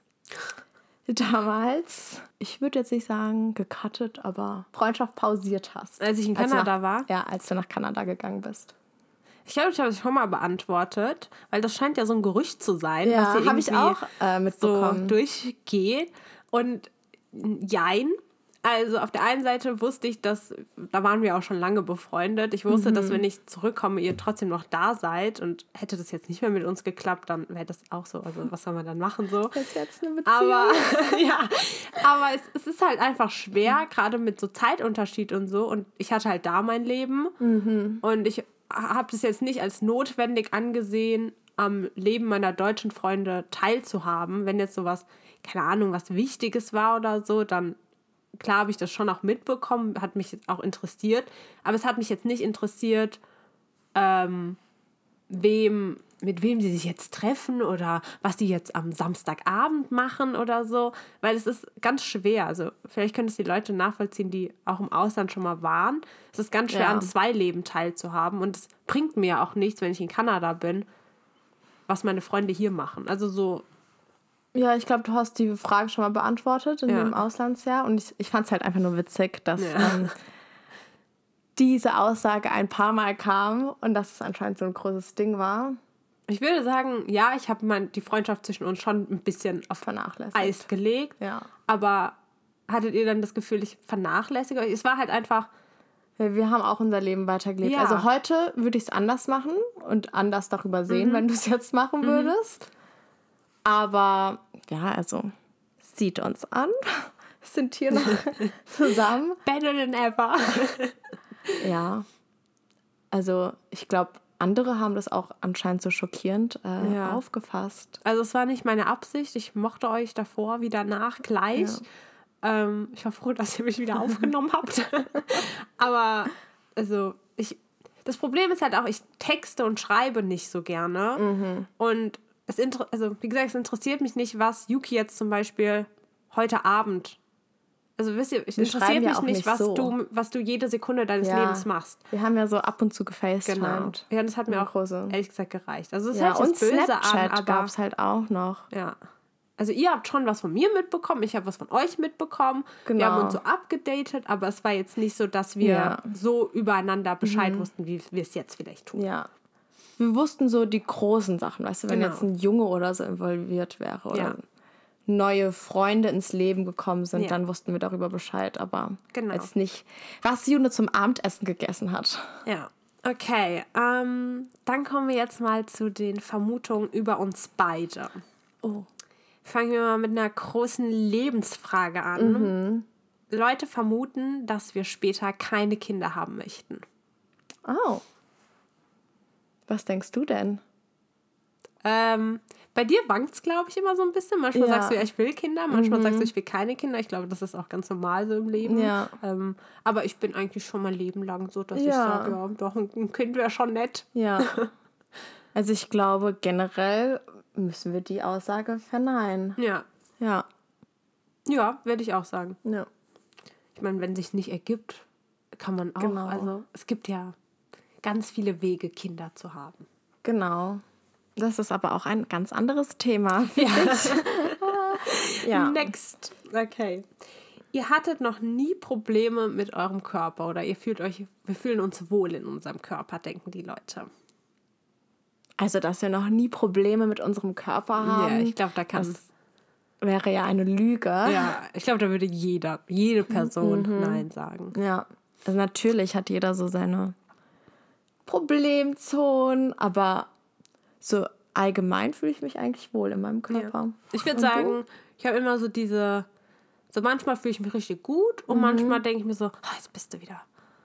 [SPEAKER 2] damals, ich würde jetzt nicht sagen gecuttet, aber Freundschaft pausiert hast.
[SPEAKER 3] Als ich in Kanada
[SPEAKER 2] nach,
[SPEAKER 3] war?
[SPEAKER 2] Ja, als du nach Kanada gegangen bist.
[SPEAKER 3] Ich glaube, ich habe es schon mal beantwortet, weil das scheint ja so ein Gerücht zu sein,
[SPEAKER 2] ja,
[SPEAKER 3] was hier irgendwie
[SPEAKER 2] ich auch, äh, mitbekommen.
[SPEAKER 3] so durchgeht. Und jein. Also auf der einen Seite wusste ich, dass, da waren wir auch schon lange befreundet. Ich wusste, mhm. dass wenn ich zurückkomme, ihr trotzdem noch da seid. Und hätte das jetzt nicht mehr mit uns geklappt, dann wäre das auch so. Also was soll man dann machen so?
[SPEAKER 2] Das ist jetzt eine Beziehung.
[SPEAKER 3] Aber, ja, aber es, es ist halt einfach schwer, gerade mit so Zeitunterschied und so. Und ich hatte halt da mein Leben.
[SPEAKER 2] Mhm.
[SPEAKER 3] Und ich habe das jetzt nicht als notwendig angesehen, am Leben meiner deutschen Freunde teilzuhaben. Wenn jetzt sowas, keine Ahnung, was Wichtiges war oder so, dann klar habe ich das schon auch mitbekommen, hat mich auch interessiert. Aber es hat mich jetzt nicht interessiert, ähm, wem, mit wem sie sich jetzt treffen oder was die jetzt am Samstagabend machen oder so. Weil es ist ganz schwer. Also vielleicht können es die Leute nachvollziehen, die auch im Ausland schon mal waren. Es ist ganz schwer,
[SPEAKER 2] ja.
[SPEAKER 3] an zwei Leben teilzuhaben. Und es bringt mir auch nichts, wenn ich in Kanada bin, was meine Freunde hier machen. Also so...
[SPEAKER 2] Ja, ich glaube, du hast die Frage schon mal beantwortet in
[SPEAKER 3] ja.
[SPEAKER 2] dem Auslandsjahr. Und ich, ich fand es halt einfach nur witzig, dass
[SPEAKER 3] ja.
[SPEAKER 2] ähm, diese Aussage ein paar Mal kam und dass es anscheinend so ein großes Ding war.
[SPEAKER 3] Ich würde sagen, ja, ich habe die Freundschaft zwischen uns schon ein bisschen auf
[SPEAKER 2] vernachlässigt.
[SPEAKER 3] Eis gelegt.
[SPEAKER 2] Ja.
[SPEAKER 3] Aber hattet ihr dann das Gefühl, ich vernachlässige euch? Es war halt einfach...
[SPEAKER 2] Wir haben auch unser Leben weitergelebt.
[SPEAKER 3] Ja.
[SPEAKER 2] Also heute würde ich es anders machen und anders darüber sehen, mhm. wenn du es jetzt machen würdest. Mhm. Aber ja, also sieht uns an. Sind hier noch zusammen.
[SPEAKER 3] Better than ever.
[SPEAKER 2] Ja. Also ich glaube, andere haben das auch anscheinend so schockierend äh, ja. aufgefasst.
[SPEAKER 3] Also es war nicht meine Absicht. Ich mochte euch davor wie danach gleich. Ja. Ähm, ich war froh, dass ihr mich wieder aufgenommen habt. Aber also ich, das Problem ist halt auch, ich texte und schreibe nicht so gerne.
[SPEAKER 2] Mhm.
[SPEAKER 3] Und es inter- also wie gesagt, es interessiert mich nicht, was Yuki jetzt zum Beispiel heute Abend. Also wisst ihr, es
[SPEAKER 2] Wir
[SPEAKER 3] interessiert mich
[SPEAKER 2] ja
[SPEAKER 3] nicht,
[SPEAKER 2] nicht
[SPEAKER 3] was
[SPEAKER 2] so.
[SPEAKER 3] du, was du jede Sekunde deines
[SPEAKER 2] ja.
[SPEAKER 3] Lebens machst.
[SPEAKER 2] Wir haben ja so ab und zu gefacetimed.
[SPEAKER 3] Genau. Ja, das hat mir
[SPEAKER 2] ja,
[SPEAKER 3] auch
[SPEAKER 2] große.
[SPEAKER 3] ehrlich gesagt gereicht. Also es ist
[SPEAKER 2] ja,
[SPEAKER 3] halt
[SPEAKER 2] und
[SPEAKER 3] das Böse
[SPEAKER 2] Snapchat
[SPEAKER 3] an, aber
[SPEAKER 2] gab es halt auch noch.
[SPEAKER 3] Ja. Also ihr habt schon was von mir mitbekommen, ich habe was von euch mitbekommen.
[SPEAKER 2] Genau.
[SPEAKER 3] Wir haben uns so abgedatet, aber es war jetzt nicht so, dass wir
[SPEAKER 2] ja.
[SPEAKER 3] so übereinander Bescheid
[SPEAKER 2] mhm.
[SPEAKER 3] wussten, wie wir es jetzt vielleicht tun.
[SPEAKER 2] Ja. Wir wussten so die großen Sachen, weißt du, wenn
[SPEAKER 3] Genau.
[SPEAKER 2] jetzt ein Junge oder so involviert wäre oder
[SPEAKER 3] Ja.
[SPEAKER 2] neue Freunde ins Leben gekommen sind,
[SPEAKER 3] Ja.
[SPEAKER 2] dann wussten wir darüber Bescheid, aber
[SPEAKER 3] Genau.
[SPEAKER 2] jetzt nicht, was June zum Abendessen gegessen hat.
[SPEAKER 3] Ja. Okay, ähm, dann kommen wir jetzt mal zu den Vermutungen über uns beide.
[SPEAKER 2] Oh.
[SPEAKER 3] Fangen wir mal mit einer großen Lebensfrage an.
[SPEAKER 2] Mhm.
[SPEAKER 3] Leute vermuten, dass wir später keine Kinder haben möchten.
[SPEAKER 2] Oh. Was denkst du denn?
[SPEAKER 3] Ähm, bei dir wankt es, glaube ich, immer so ein bisschen. Manchmal
[SPEAKER 2] Ja.
[SPEAKER 3] sagst du, ja, ich will Kinder. Manchmal
[SPEAKER 2] Mhm.
[SPEAKER 3] sagst du, ich will keine Kinder. Ich glaube, das ist auch ganz normal so im Leben.
[SPEAKER 2] Ja.
[SPEAKER 3] Ähm, aber ich bin eigentlich schon mein Leben lang so, dass
[SPEAKER 2] Ja.
[SPEAKER 3] ich sage, ja, doch, ein Kind wäre schon nett.
[SPEAKER 2] Ja. Also ich glaube, generell müssen wir die Aussage verneinen.
[SPEAKER 3] Ja.
[SPEAKER 2] Ja.
[SPEAKER 3] Ja, werde ich auch sagen.
[SPEAKER 2] Ja.
[SPEAKER 3] Ich meine, wenn sich nicht ergibt, kann man auch,
[SPEAKER 2] Genau.
[SPEAKER 3] also es gibt ja ganz viele Wege, Kinder zu haben.
[SPEAKER 2] Genau. Das ist aber auch ein ganz anderes Thema.
[SPEAKER 3] Ja.
[SPEAKER 2] Ja.
[SPEAKER 3] Next. Okay. Ihr hattet noch nie Probleme mit eurem Körper oder ihr fühlt euch, wir fühlen uns wohl in unserem Körper, denken die Leute.
[SPEAKER 2] Also, dass wir noch nie Probleme mit unserem Körper haben.
[SPEAKER 3] Ja, ich glaube, da kann...
[SPEAKER 2] Das wäre ja eine Lüge.
[SPEAKER 3] Ja, ich glaube, da würde jeder, jede Person mhm. Nein sagen.
[SPEAKER 2] Ja, also natürlich hat jeder so seine Problemzonen, aber so allgemein fühle ich mich eigentlich wohl in meinem Körper.
[SPEAKER 3] Ja. Ich würde
[SPEAKER 2] Und
[SPEAKER 3] sagen,
[SPEAKER 2] du?
[SPEAKER 3] ich habe immer so diese, so manchmal fühle ich mich richtig gut und
[SPEAKER 2] Mhm.
[SPEAKER 3] manchmal denke ich mir so, oh, jetzt bist du wieder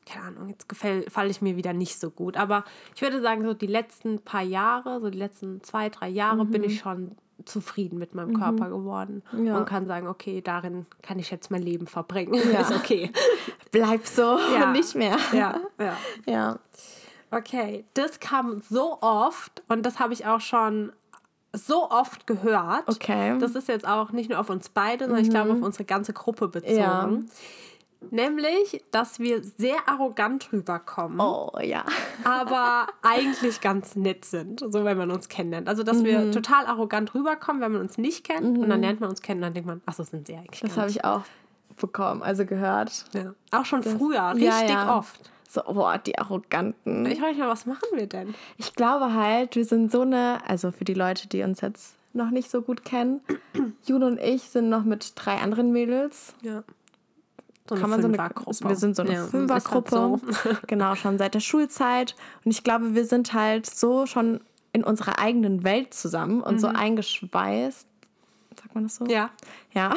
[SPEAKER 3] keine Ahnung, jetzt gefalle ich mir wieder nicht so gut. Aber ich würde sagen, so die letzten paar Jahre, so die letzten zwei, drei Jahre mhm. bin ich schon zufrieden mit meinem mhm. Körper geworden. Ja. Und kann sagen, okay, darin kann ich jetzt mein Leben verbringen. Ja. Ist okay.
[SPEAKER 2] Bleib so ja. und nicht mehr.
[SPEAKER 3] Ja, ja.
[SPEAKER 2] ja.
[SPEAKER 3] Okay, das kam so oft und das habe ich auch schon so oft gehört.
[SPEAKER 2] Okay.
[SPEAKER 3] Das ist jetzt auch nicht nur auf uns beide, sondern mhm. ich glaube auf unsere ganze Gruppe bezogen. Ja. Nämlich, dass wir sehr arrogant rüberkommen.
[SPEAKER 2] Oh, ja.
[SPEAKER 3] Aber eigentlich ganz nett sind, so wenn man uns kennenlernt. Also, dass mhm. wir total arrogant rüberkommen, wenn man uns nicht kennt. Mhm. Und dann lernt man uns kennen und dann denkt man, ach, so sind sie eigentlich.
[SPEAKER 2] Das habe ich auch bekommen, also gehört.
[SPEAKER 3] Ja. Auch schon das, früher, richtig ja, ja. oft.
[SPEAKER 2] So, boah, die Arroganten.
[SPEAKER 3] Ich frage mich mal, was machen wir denn?
[SPEAKER 2] Ich glaube halt, wir sind so eine, also für die Leute, die uns jetzt noch nicht so gut kennen, Jule und ich sind noch mit drei anderen Mädels.
[SPEAKER 3] Ja. So eine
[SPEAKER 2] Kann man
[SPEAKER 3] Fünfergruppe.
[SPEAKER 2] So eine, wir sind so eine
[SPEAKER 3] ja,
[SPEAKER 2] Fünfergruppe.
[SPEAKER 3] Halt so.
[SPEAKER 2] Genau, schon seit der Schulzeit. Und ich glaube, wir sind halt so schon in unserer eigenen Welt zusammen und mhm. so eingeschweißt. Sagt man das so?
[SPEAKER 3] Ja.
[SPEAKER 2] Ja.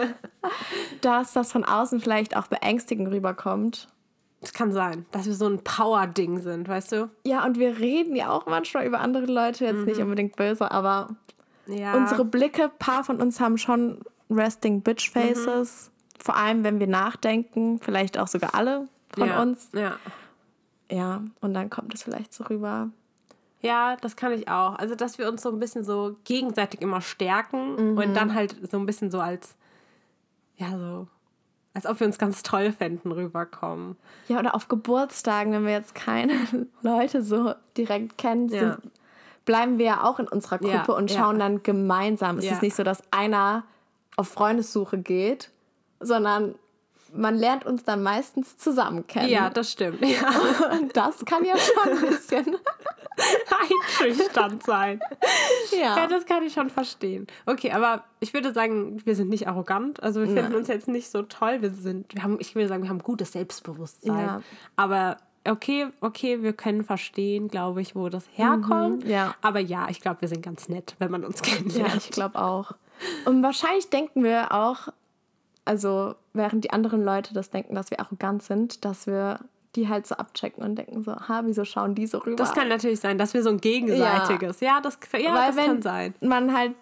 [SPEAKER 2] Dass das von außen vielleicht auch beängstigend rüberkommt.
[SPEAKER 3] Es kann sein, dass wir so ein Power-Ding sind, weißt du?
[SPEAKER 2] Ja, und wir reden ja auch manchmal über andere Leute, jetzt mhm. nicht unbedingt böse, aber
[SPEAKER 3] ja.
[SPEAKER 2] unsere Blicke, ein paar von uns haben schon resting bitch faces. Mhm. Vor allem, wenn wir nachdenken, vielleicht auch sogar alle von
[SPEAKER 3] ja.
[SPEAKER 2] uns.
[SPEAKER 3] Ja.
[SPEAKER 2] Ja, und dann kommt es vielleicht so rüber.
[SPEAKER 3] Ja, das kann ich auch. Also, dass wir uns so ein bisschen so gegenseitig immer stärken mhm. und dann halt so ein bisschen so als, ja, so, als ob wir uns ganz toll fänden, rüberkommen.
[SPEAKER 2] Ja, oder auf Geburtstagen, wenn wir jetzt keine Leute so direkt kennen, ja. sind, bleiben wir ja auch in unserer Gruppe ja, und schauen ja. dann gemeinsam. Es ja. ist nicht so, dass einer auf Freundessuche geht, sondern man lernt uns dann meistens zusammen kennen.
[SPEAKER 3] Ja, das stimmt. Ja.
[SPEAKER 2] Und das kann ja schon ein bisschen
[SPEAKER 3] einschüchternd sein.
[SPEAKER 2] Ja.
[SPEAKER 3] Ja, das kann ich schon verstehen. Okay, aber ich würde sagen, wir sind nicht arrogant. Also wir Nein. finden uns jetzt nicht so toll. Wir sind, wir haben, ich würde sagen, wir haben gutes Selbstbewusstsein. Ja. Aber okay, okay, wir können verstehen, glaube ich, wo das herkommt.
[SPEAKER 2] Mhm, ja.
[SPEAKER 3] Aber ja, ich glaube, wir sind ganz nett, wenn man uns kennenlernt.
[SPEAKER 2] Ja, ich glaube auch. Und wahrscheinlich denken wir auch, also während die anderen Leute das denken, dass wir arrogant sind, dass wir die halt so abchecken und denken so, ha, wieso schauen die so rüber?
[SPEAKER 3] Das kann natürlich sein, dass wir so ein gegenseitiges, ja, ja das, ja,
[SPEAKER 2] Weil
[SPEAKER 3] das
[SPEAKER 2] wenn
[SPEAKER 3] kann sein.
[SPEAKER 2] Man halt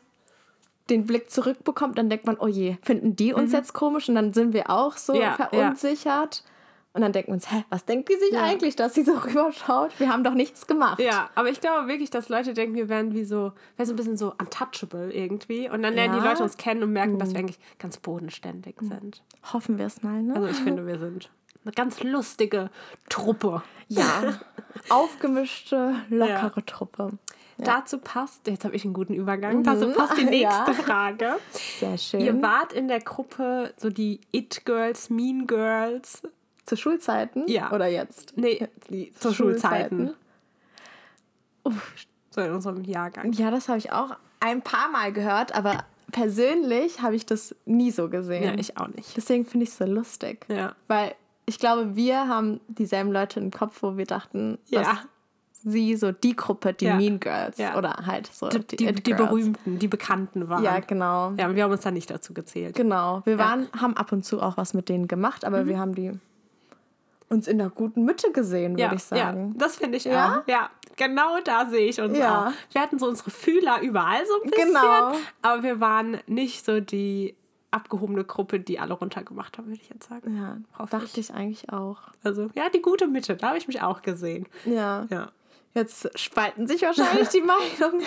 [SPEAKER 2] den Blick zurückbekommt, dann denkt man, oh je, finden die uns mhm. jetzt komisch? Und dann sind wir auch so
[SPEAKER 3] ja,
[SPEAKER 2] verunsichert. Ja. Und dann denken wir uns, hä, was denkt die sich
[SPEAKER 3] ja.
[SPEAKER 2] eigentlich, dass sie so rüberschaut? Wir haben doch nichts gemacht.
[SPEAKER 3] Ja, aber ich glaube wirklich, dass Leute denken, wir wären wie so, wären so ein bisschen so untouchable irgendwie. Und dann lernen ja. die Leute uns kennen und merken, mhm. dass wir eigentlich ganz bodenständig sind.
[SPEAKER 2] Hoffen wir es mal, ne?
[SPEAKER 3] Also ich finde, wir sind eine ganz lustige Truppe.
[SPEAKER 2] Ja, aufgemischte, lockere ja. Truppe.
[SPEAKER 3] Ja. Dazu passt, jetzt habe ich einen guten Übergang, mhm. dazu passt die nächste ja. Frage.
[SPEAKER 2] Sehr schön.
[SPEAKER 3] Ihr wart in der Gruppe so die It-Girls, Mean Girls.
[SPEAKER 2] Zu Schulzeiten?
[SPEAKER 3] Ja.
[SPEAKER 2] Oder jetzt?
[SPEAKER 3] Nee, die, zu Schulzeiten. Schulzeiten. So in unserem Jahrgang.
[SPEAKER 2] Ja, das habe ich auch ein paar Mal gehört, aber persönlich habe ich das nie so gesehen.
[SPEAKER 3] Ja, ich auch nicht.
[SPEAKER 2] Deswegen finde ich es so lustig.
[SPEAKER 3] Ja.
[SPEAKER 2] Weil ich glaube, wir haben dieselben Leute im Kopf, wo wir dachten,
[SPEAKER 3] ja.
[SPEAKER 2] dass sie so die Gruppe, die
[SPEAKER 3] ja.
[SPEAKER 2] Mean Girls
[SPEAKER 3] ja.
[SPEAKER 2] oder halt so
[SPEAKER 3] die,
[SPEAKER 2] die,
[SPEAKER 3] die, die berühmten, die Bekannten waren.
[SPEAKER 2] Ja, genau.
[SPEAKER 3] Ja, und wir haben uns da nicht dazu gezählt.
[SPEAKER 2] Genau. Wir waren,
[SPEAKER 3] ja.
[SPEAKER 2] haben ab und zu auch was mit denen gemacht, aber
[SPEAKER 3] mhm.
[SPEAKER 2] wir haben die uns in der guten Mitte gesehen, würde
[SPEAKER 3] ja,
[SPEAKER 2] ich sagen.
[SPEAKER 3] Ja, das finde ich
[SPEAKER 2] ja?
[SPEAKER 3] auch. Ja, genau da sehe ich uns
[SPEAKER 2] ja.
[SPEAKER 3] auch. Wir hatten so unsere Fühler überall so ein bisschen,
[SPEAKER 2] genau.
[SPEAKER 3] aber wir waren nicht so die abgehobene Gruppe, die alle runtergemacht haben, würde ich jetzt sagen.
[SPEAKER 2] Ja, Hoffe dachte ich. ich eigentlich auch.
[SPEAKER 3] Also, ja, die gute Mitte, da habe ich mich auch gesehen.
[SPEAKER 2] Ja.
[SPEAKER 3] ja.
[SPEAKER 2] Jetzt spalten sich wahrscheinlich die Meinungen.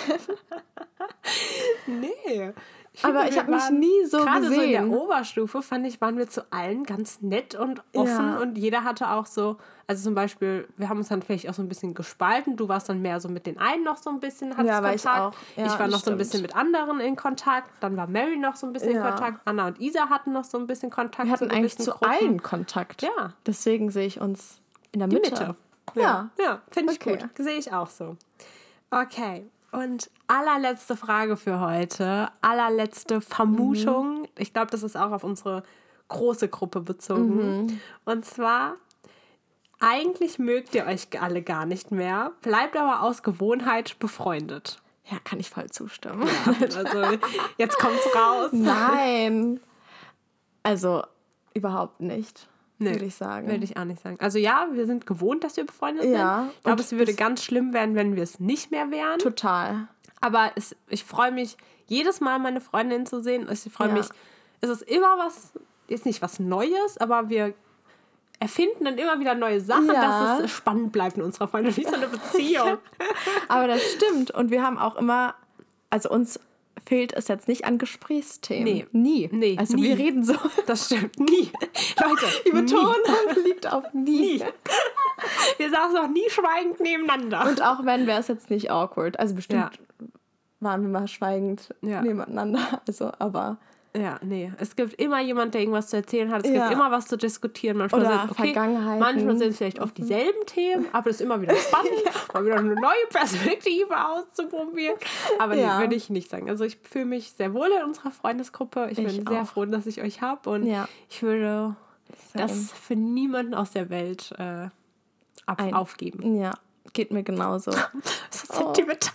[SPEAKER 3] Nee. Ich
[SPEAKER 2] aber
[SPEAKER 3] finde,
[SPEAKER 2] ich habe mich nie so
[SPEAKER 3] gerade
[SPEAKER 2] gesehen.
[SPEAKER 3] So in der Oberstufe, fand ich, waren wir zu allen ganz nett und offen.
[SPEAKER 2] Ja.
[SPEAKER 3] Und jeder hatte auch so, also zum Beispiel, wir haben uns dann vielleicht auch so ein bisschen gespalten. Du warst dann mehr so mit den einen noch so ein bisschen, hattest
[SPEAKER 2] ja,
[SPEAKER 3] Kontakt.
[SPEAKER 2] Ich, auch. Ja,
[SPEAKER 3] ich war noch
[SPEAKER 2] stimmt.
[SPEAKER 3] so ein bisschen mit anderen in Kontakt. Dann war Mary noch so ein bisschen
[SPEAKER 2] ja.
[SPEAKER 3] in Kontakt. Anna und Isa hatten noch so ein bisschen Kontakt.
[SPEAKER 2] Wir hatten
[SPEAKER 3] zu
[SPEAKER 2] eigentlich zu
[SPEAKER 3] Gruppen.
[SPEAKER 2] allen Kontakt.
[SPEAKER 3] Ja.
[SPEAKER 2] Deswegen sehe ich uns in der
[SPEAKER 3] Die
[SPEAKER 2] Mitte.
[SPEAKER 3] Mitte.
[SPEAKER 2] Ja,
[SPEAKER 3] ja, ja finde ich
[SPEAKER 2] okay.
[SPEAKER 3] gut. Sehe ich auch so. Okay. Und allerletzte Frage für heute, allerletzte Vermutung. Mhm. Ich glaube, das ist auch auf unsere große Gruppe bezogen. Mhm. Und zwar, eigentlich mögt ihr euch alle gar nicht mehr, bleibt aber aus Gewohnheit befreundet.
[SPEAKER 2] Ja, kann ich voll zustimmen.
[SPEAKER 3] Ja, also jetzt kommt's raus.
[SPEAKER 2] Nein. Also, überhaupt nicht. nee, würde ich sagen.
[SPEAKER 3] Würde ich auch nicht sagen. Also ja, wir sind gewohnt, dass wir befreundet sind.
[SPEAKER 2] Ja,
[SPEAKER 3] ich glaube, es würde ganz schlimm werden, wenn wir es nicht mehr wären.
[SPEAKER 2] Total.
[SPEAKER 3] Aber es, ich freue mich, jedes Mal meine Freundin zu sehen. Ich freue ja. mich, es ist immer was, ist nicht was Neues, aber wir erfinden dann immer wieder neue Sachen, ja. dass es spannend bleibt in unserer Freundschaft, wie so eine Beziehung.
[SPEAKER 2] Aber das stimmt. Und wir haben auch immer, also uns fehlt es jetzt nicht an Gesprächsthemen.
[SPEAKER 3] Nee.
[SPEAKER 2] Nie.
[SPEAKER 3] Nee,
[SPEAKER 2] also
[SPEAKER 3] nie.
[SPEAKER 2] wir reden so.
[SPEAKER 3] Das stimmt. Nie. Leute,
[SPEAKER 2] die Betonung liegt auf nie.
[SPEAKER 3] nie. Wir saßen auch nie schweigend nebeneinander.
[SPEAKER 2] Und auch wenn, wäre es jetzt nicht awkward. Also bestimmt ja. waren wir mal schweigend ja. nebeneinander. Also, aber...
[SPEAKER 3] Ja, nee. Es gibt immer jemand, der irgendwas zu erzählen hat. Es
[SPEAKER 2] ja.
[SPEAKER 3] gibt immer was zu diskutieren. Manchmal
[SPEAKER 2] Oder
[SPEAKER 3] sind, okay,
[SPEAKER 2] Vergangenheiten.
[SPEAKER 3] Manchmal sind es vielleicht oft dieselben Themen, aber es ist immer wieder spannend, mal wieder eine neue Perspektive auszuprobieren. Aber ja. nee, würde ich nicht sagen. Also ich fühle mich sehr wohl in unserer Freundesgruppe. Ich, ich bin auch. sehr froh, dass ich euch habe. Und ja. ich würde Same. das für niemanden aus der Welt äh, ab- Ein. aufgeben.
[SPEAKER 2] Ja. Geht mir genauso.
[SPEAKER 3] Das ist sentimental.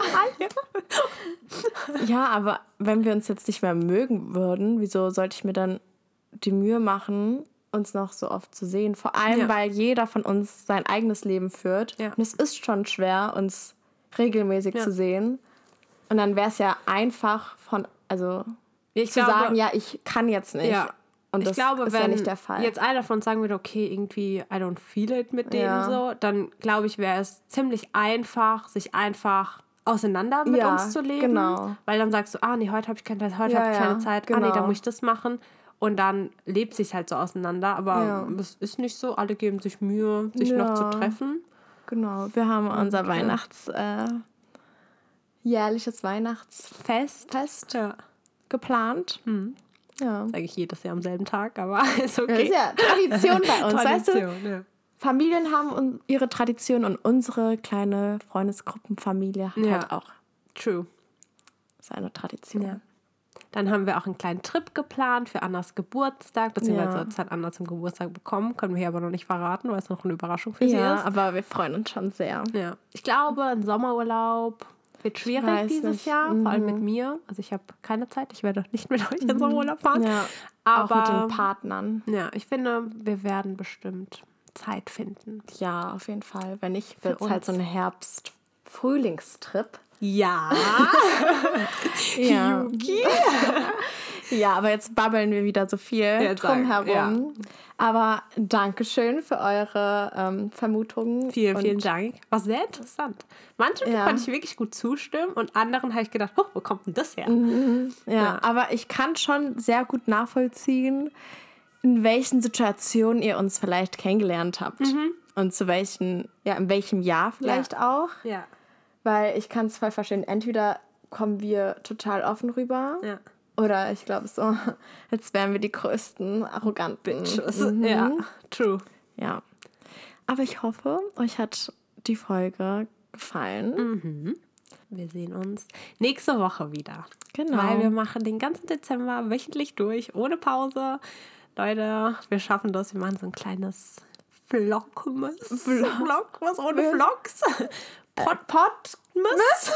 [SPEAKER 2] Oh. Ja, aber wenn wir uns jetzt nicht mehr mögen würden, wieso sollte ich mir dann die Mühe machen, uns noch so oft zu sehen? Vor allem, ja. weil jeder von uns sein eigenes Leben führt. Ja. Und es ist schon schwer, uns regelmäßig ja. zu sehen. Und dann wäre es ja einfach von, also ich zu glaube, sagen, ja, ich kann jetzt nicht. Ja. Und das ich glaube, ist wenn ja nicht der Fall.
[SPEAKER 3] Jetzt einer von uns sagen würde, okay, irgendwie I don't feel it mit denen ja. so, dann glaube ich, wäre es ziemlich einfach, sich einfach auseinander mit ja, uns zu leben.
[SPEAKER 2] Genau.
[SPEAKER 3] Weil dann sagst du, ah nee, heute habe ich keine Zeit, heute
[SPEAKER 2] ja,
[SPEAKER 3] habe ich keine
[SPEAKER 2] ja,
[SPEAKER 3] Zeit,
[SPEAKER 2] genau.
[SPEAKER 3] ah nee, da muss ich das machen. Und dann lebt sich halt so auseinander. Aber ja. es ist nicht so, alle geben sich Mühe, sich ja. noch zu treffen.
[SPEAKER 2] Genau, wir haben unser okay. Weihnachts... Äh, jährliches Weihnachtsfest
[SPEAKER 3] Fest, ja.
[SPEAKER 2] geplant.
[SPEAKER 3] Hm.
[SPEAKER 2] Ja.
[SPEAKER 3] Sage ich jedes Jahr am selben Tag, aber ist okay.
[SPEAKER 2] Das ist ja Tradition bei uns,
[SPEAKER 3] Tradition,
[SPEAKER 2] weißt du?
[SPEAKER 3] Ja.
[SPEAKER 2] Familien haben ihre Tradition und unsere kleine Freundesgruppenfamilie hat
[SPEAKER 3] ja.
[SPEAKER 2] halt auch
[SPEAKER 3] True.
[SPEAKER 2] seine Tradition.
[SPEAKER 3] Ja. Dann haben wir auch einen kleinen Trip geplant für Annas Geburtstag, beziehungsweise
[SPEAKER 2] ja.
[SPEAKER 3] das hat Anna zum Geburtstag bekommen, können wir hier aber noch nicht verraten, weil es noch eine Überraschung für sie
[SPEAKER 2] ja,
[SPEAKER 3] ist.
[SPEAKER 2] Ja, aber wir freuen uns schon sehr.
[SPEAKER 3] Ja. Ich glaube, ein Sommerurlaub wird schwierig dieses nicht. Jahr, mhm. vor allem mit mir. Also ich habe keine Zeit, ich werde nicht mit euch in Sommerurlaub fahren.
[SPEAKER 2] Ja, aber auch mit den Partnern.
[SPEAKER 3] Ja, ich finde, wir werden bestimmt Zeit finden.
[SPEAKER 2] Ja, auf jeden Fall. Wenn nicht, wird es halt so ein Herbst-Frühlingstrip.
[SPEAKER 3] Ja.
[SPEAKER 2] ja. Ja, aber jetzt babbeln wir wieder so viel jetzt drumherum. Ja. Aber Dankeschön für eure ähm, Vermutungen.
[SPEAKER 3] Vielen, vielen Dank. War sehr interessant. Manchen ja. konnte ich wirklich gut zustimmen und anderen habe ich gedacht, oh, wo kommt denn das her?
[SPEAKER 2] Mhm. Ja, ja, aber ich kann schon sehr gut nachvollziehen, in welchen Situationen ihr uns vielleicht kennengelernt habt. Mhm. Und zu welchen, ja, in welchem Jahr vielleicht
[SPEAKER 3] ja.
[SPEAKER 2] auch.
[SPEAKER 3] Ja.
[SPEAKER 2] Weil ich kann es voll verstehen. Entweder kommen wir total offen rüber.
[SPEAKER 3] Ja.
[SPEAKER 2] Oder ich glaube so, als wären wir die größten, arroganten
[SPEAKER 3] Bitches. Mhm. Ja, true.
[SPEAKER 2] Ja. Aber ich hoffe, euch hat die Folge gefallen.
[SPEAKER 3] Mhm. Wir sehen uns nächste Woche wieder.
[SPEAKER 2] Genau.
[SPEAKER 3] Weil wir machen den ganzen Dezember wöchentlich durch, ohne Pause. Leute, wir schaffen das. Wir machen so ein kleines Vlogmas. Vlogmas ohne Vlogs. Pod, Podmas.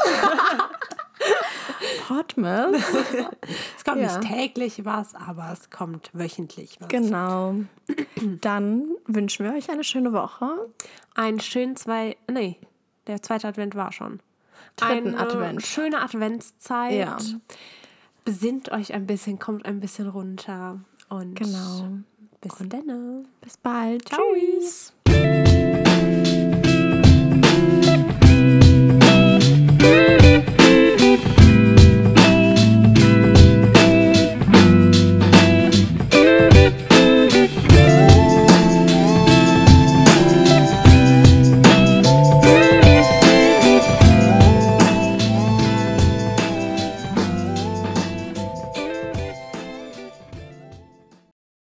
[SPEAKER 2] Podmas.
[SPEAKER 3] Es kommt ja. nicht täglich was, aber es kommt wöchentlich was.
[SPEAKER 2] Genau. Dann wünschen wir euch eine schöne Woche.
[SPEAKER 3] Einen schönen zwei... Nee, der zweite Advent war schon.
[SPEAKER 2] Dritten
[SPEAKER 3] eine
[SPEAKER 2] Advent.
[SPEAKER 3] Schöne Adventszeit.
[SPEAKER 2] Ja.
[SPEAKER 3] Besinnt euch ein bisschen, kommt ein bisschen runter. Und
[SPEAKER 2] genau.
[SPEAKER 3] bis dann.
[SPEAKER 2] Bis bald.
[SPEAKER 3] Ciao. Tschüss.